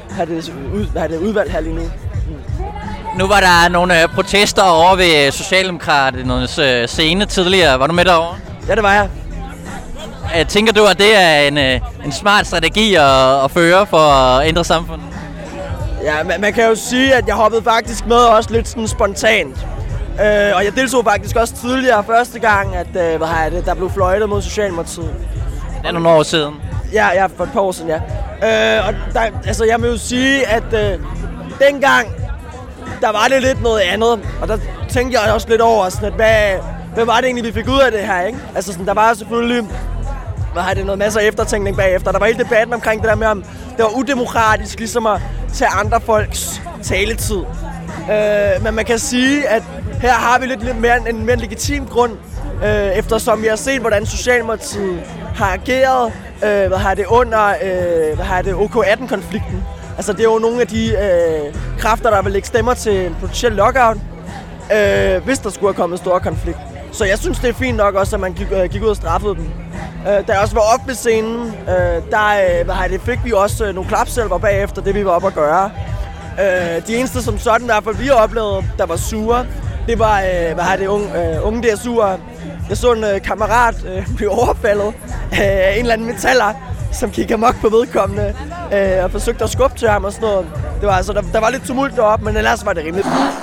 udvalg her lige nu. Nu var der nogle protester over ved Socialdemokraternes scene tidligere. Var du med derovre? Ja, det var jeg. Tænker du, at det er en smart strategi at føre for at ændre samfundet? Ja, man kan jo sige, at jeg hoppede faktisk med også lidt sådan spontant. Og jeg deltog faktisk også tidligere første gang, at der blev fløjtet mod Socialdemokratiet. Det er nogle år siden? Ja, for et par år siden, ja. Og jeg vil jo sige, at dengang, der var det lidt noget andet. Og der tænkte jeg også lidt over, sådan, at hvad var det egentlig, vi fik ud af det her, ikke? Altså, sådan, der var selvfølgelig noget masser af eftertænkning bagefter. Der var hele debatten omkring det der med, om det var udemokratisk ligesom at tage andre folks taletid. Men man kan sige, at her har vi lidt mere en mere legitim grund, eftersom vi har set, hvordan Socialdemokratiet har ageret under OK18-konflikten. Altså, det er jo nogle af de kræfter, der vil lægge stemmer til en potentiel lockout, hvis der skulle have kommet en stor konflikt. Så jeg synes, det er fint nok også, at man gik ud og straffede dem. Da jeg også var oppe ved scenen, der fik vi også nogle klapsalver bagefter, det vi var oppe at gøre. De eneste som sådan, i hvert fald vi har oplevet, der var sure, det var unge DSU'ere. Jeg så en kammerat blive overfaldet af en eller anden metaller, som gik amok på vedkommende og forsøgte at skubbe til ham og sådan noget. Det var altså, der var lidt tumult deroppe, men ellers var det rimeligt.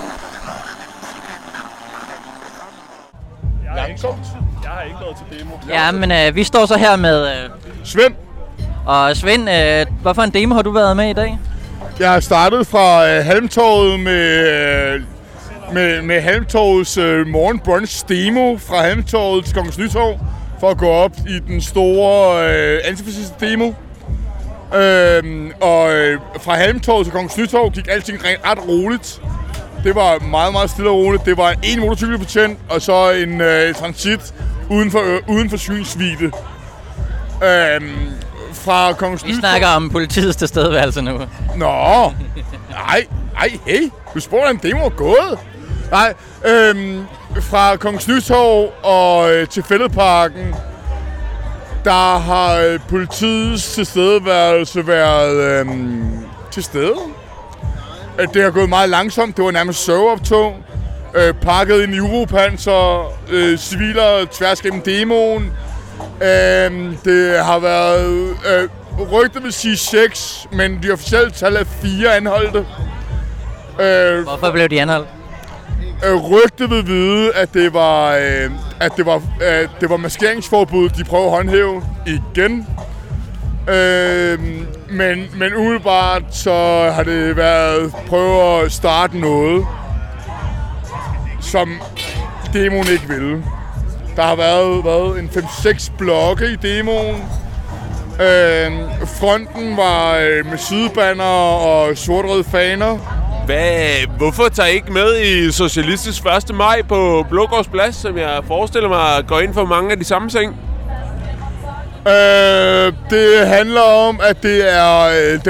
Jeg har ikke været til demo. Ja, men vi står så her med Svend. Og Svend, hvorfor en demo har du været med i dag? Jeg har startet fra Halmtorvet med Halmtorvets morgenbrunch demo fra Halmtorvet til Kongens Nytorv for at gå op i den store antifascist demo. Fra Halmtorvet til Kongens Nytorv gik alting ret roligt. Det var meget, meget stille og roligt. Det var en motorcykelbetjent og så en transit uden for synsvidde. Fra Kongens Nytorv... Vi snakker om politiets tilstedeværelse nu. Nå, hey, du spurgte, om demo er gået. Nej, fra Kongens Nytorv og til Fælledparken, der har politiets tilstedeværelse været til stede. Det har gået meget langsomt. Det var nærmest sørgeoptog. Pakket ind i uropanser, civiler tværs gennem demoen. Det har været rygtet vil sige 6, men de officielle tal er 4 anholdte. Hvorfor blev de anholdt? Rygtet vil vide, at det var maskeringsforbud, de prøver at håndhæve igen. Men umiddelbart så har det været prøve at starte noget, som demoen ikke ville. Der har været en 5-6 blokke i demoen. Fronten var med sidebanner og sort-røde faner. Hvorfor tager I ikke med i Socialistisk 1. maj på Blågårds Plads, som jeg forestiller mig går ind for mange af de samme ting? Det handler om, at det er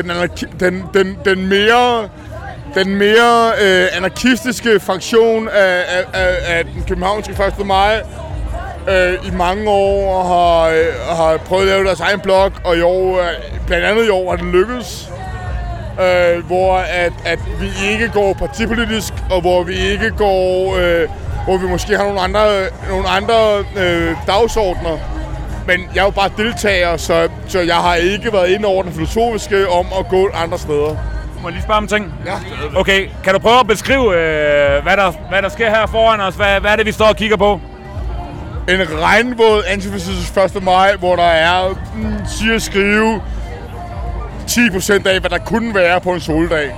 den mere anarkistiske fraktion af den københavnske 1. maj i mange år har prøvet at lave deres egen blog, og i år, blandt andet i år har det lykkedes. Hvor at vi ikke går partipolitisk, og hvor vi ikke går, hvor vi måske har nogle andre dagsordner. Men jeg er jo bare deltager, så jeg har ikke været inde over den filosofiske om at gå andre steder. Må jeg lige spørge om ting? Ja. Okay, kan du prøve at beskrive, hvad der sker her foran os? Hvad er det, vi står og kigger på? En regnvåd antifascistisk 1. maj, hvor der er, siger skrive, 10% af, hvad der kunne være på en soldag.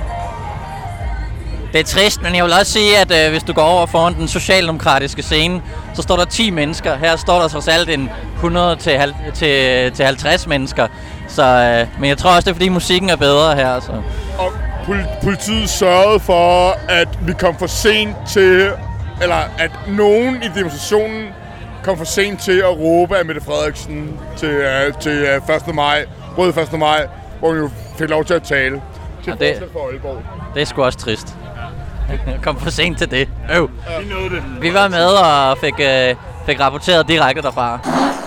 Det er trist, men jeg vil også sige, at hvis du går over foran den socialdemokratiske scene, så står der 10 mennesker. Her står der trods alt en 100-50 mennesker. Så, men jeg tror også, det er fordi musikken er bedre her. Så. Og politiet sørgede for, at vi kom for sent til, eller at nogen i demonstrationen kom for sent til at råbe af Mette Frederiksen til 1. maj, rød 1. maj, hvor vi jo fik lov til at tale. Til forskel for Aalborg. Det er sgu også trist. Kom for sent til det. Vi var med og fik rapporteret direkte derfra.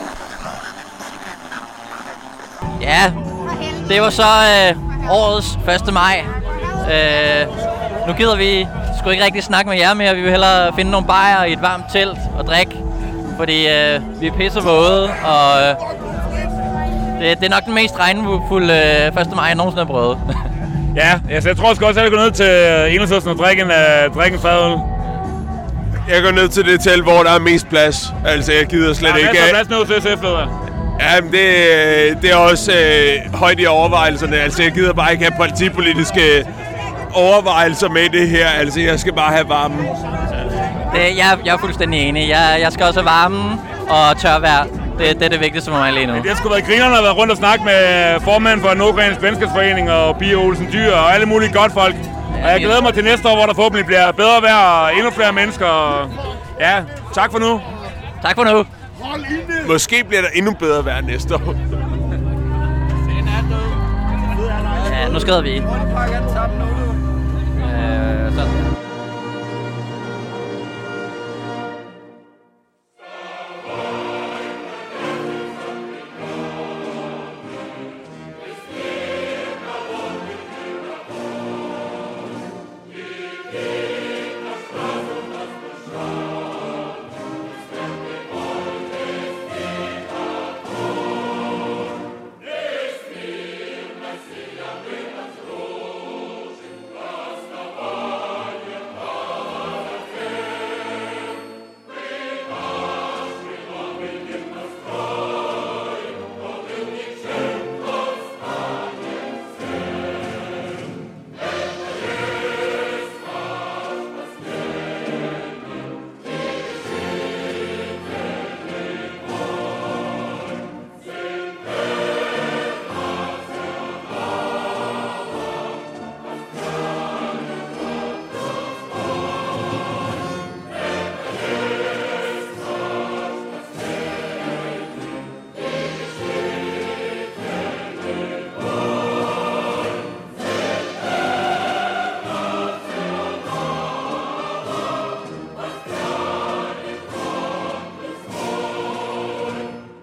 Ja, det var så årets 1. maj. Nu gider vi sgu ikke rigtig snakke med jer mere. Vi vil hellere finde nogle bajer i et varmt telt og drikke. Fordi vi er pissevåde, og det er nok den mest regnfulde 1. maj, jeg nogensinde har prøvet. Ja, altså jeg tror også, at jeg går ned til Enhedslisten og drikke en fadøl. Jeg går ned til det telt, hvor der er mest plads. Altså jeg gider slet ikke... Der er plads ned til SF, der. Ja, men det er også højt i overvejelserne. Altså jeg gider bare ikke have partipolitiske overvejelser med det her. Altså jeg skal bare have varmen. Jeg er fuldstændig enig. Jeg skal også have varmen og tør vejr. Det er det vigtigste for mig lige nu. Det har sgu været grinerne at være rundt og snakke med formanden for Nordgrønlands Venskabsforening og Pia Olsen Dyr og alle mulige godt folk. Og jeg glæder mig til næste år, hvor der forhåbentlig bliver bedre vejr og endnu flere mennesker. Ja, tak for nu. Tak for nu. Måske bliver der endnu bedre vejr næste år. Ja, nu skrider vi. Hvor de pakker den sammen nu, du? Sådan.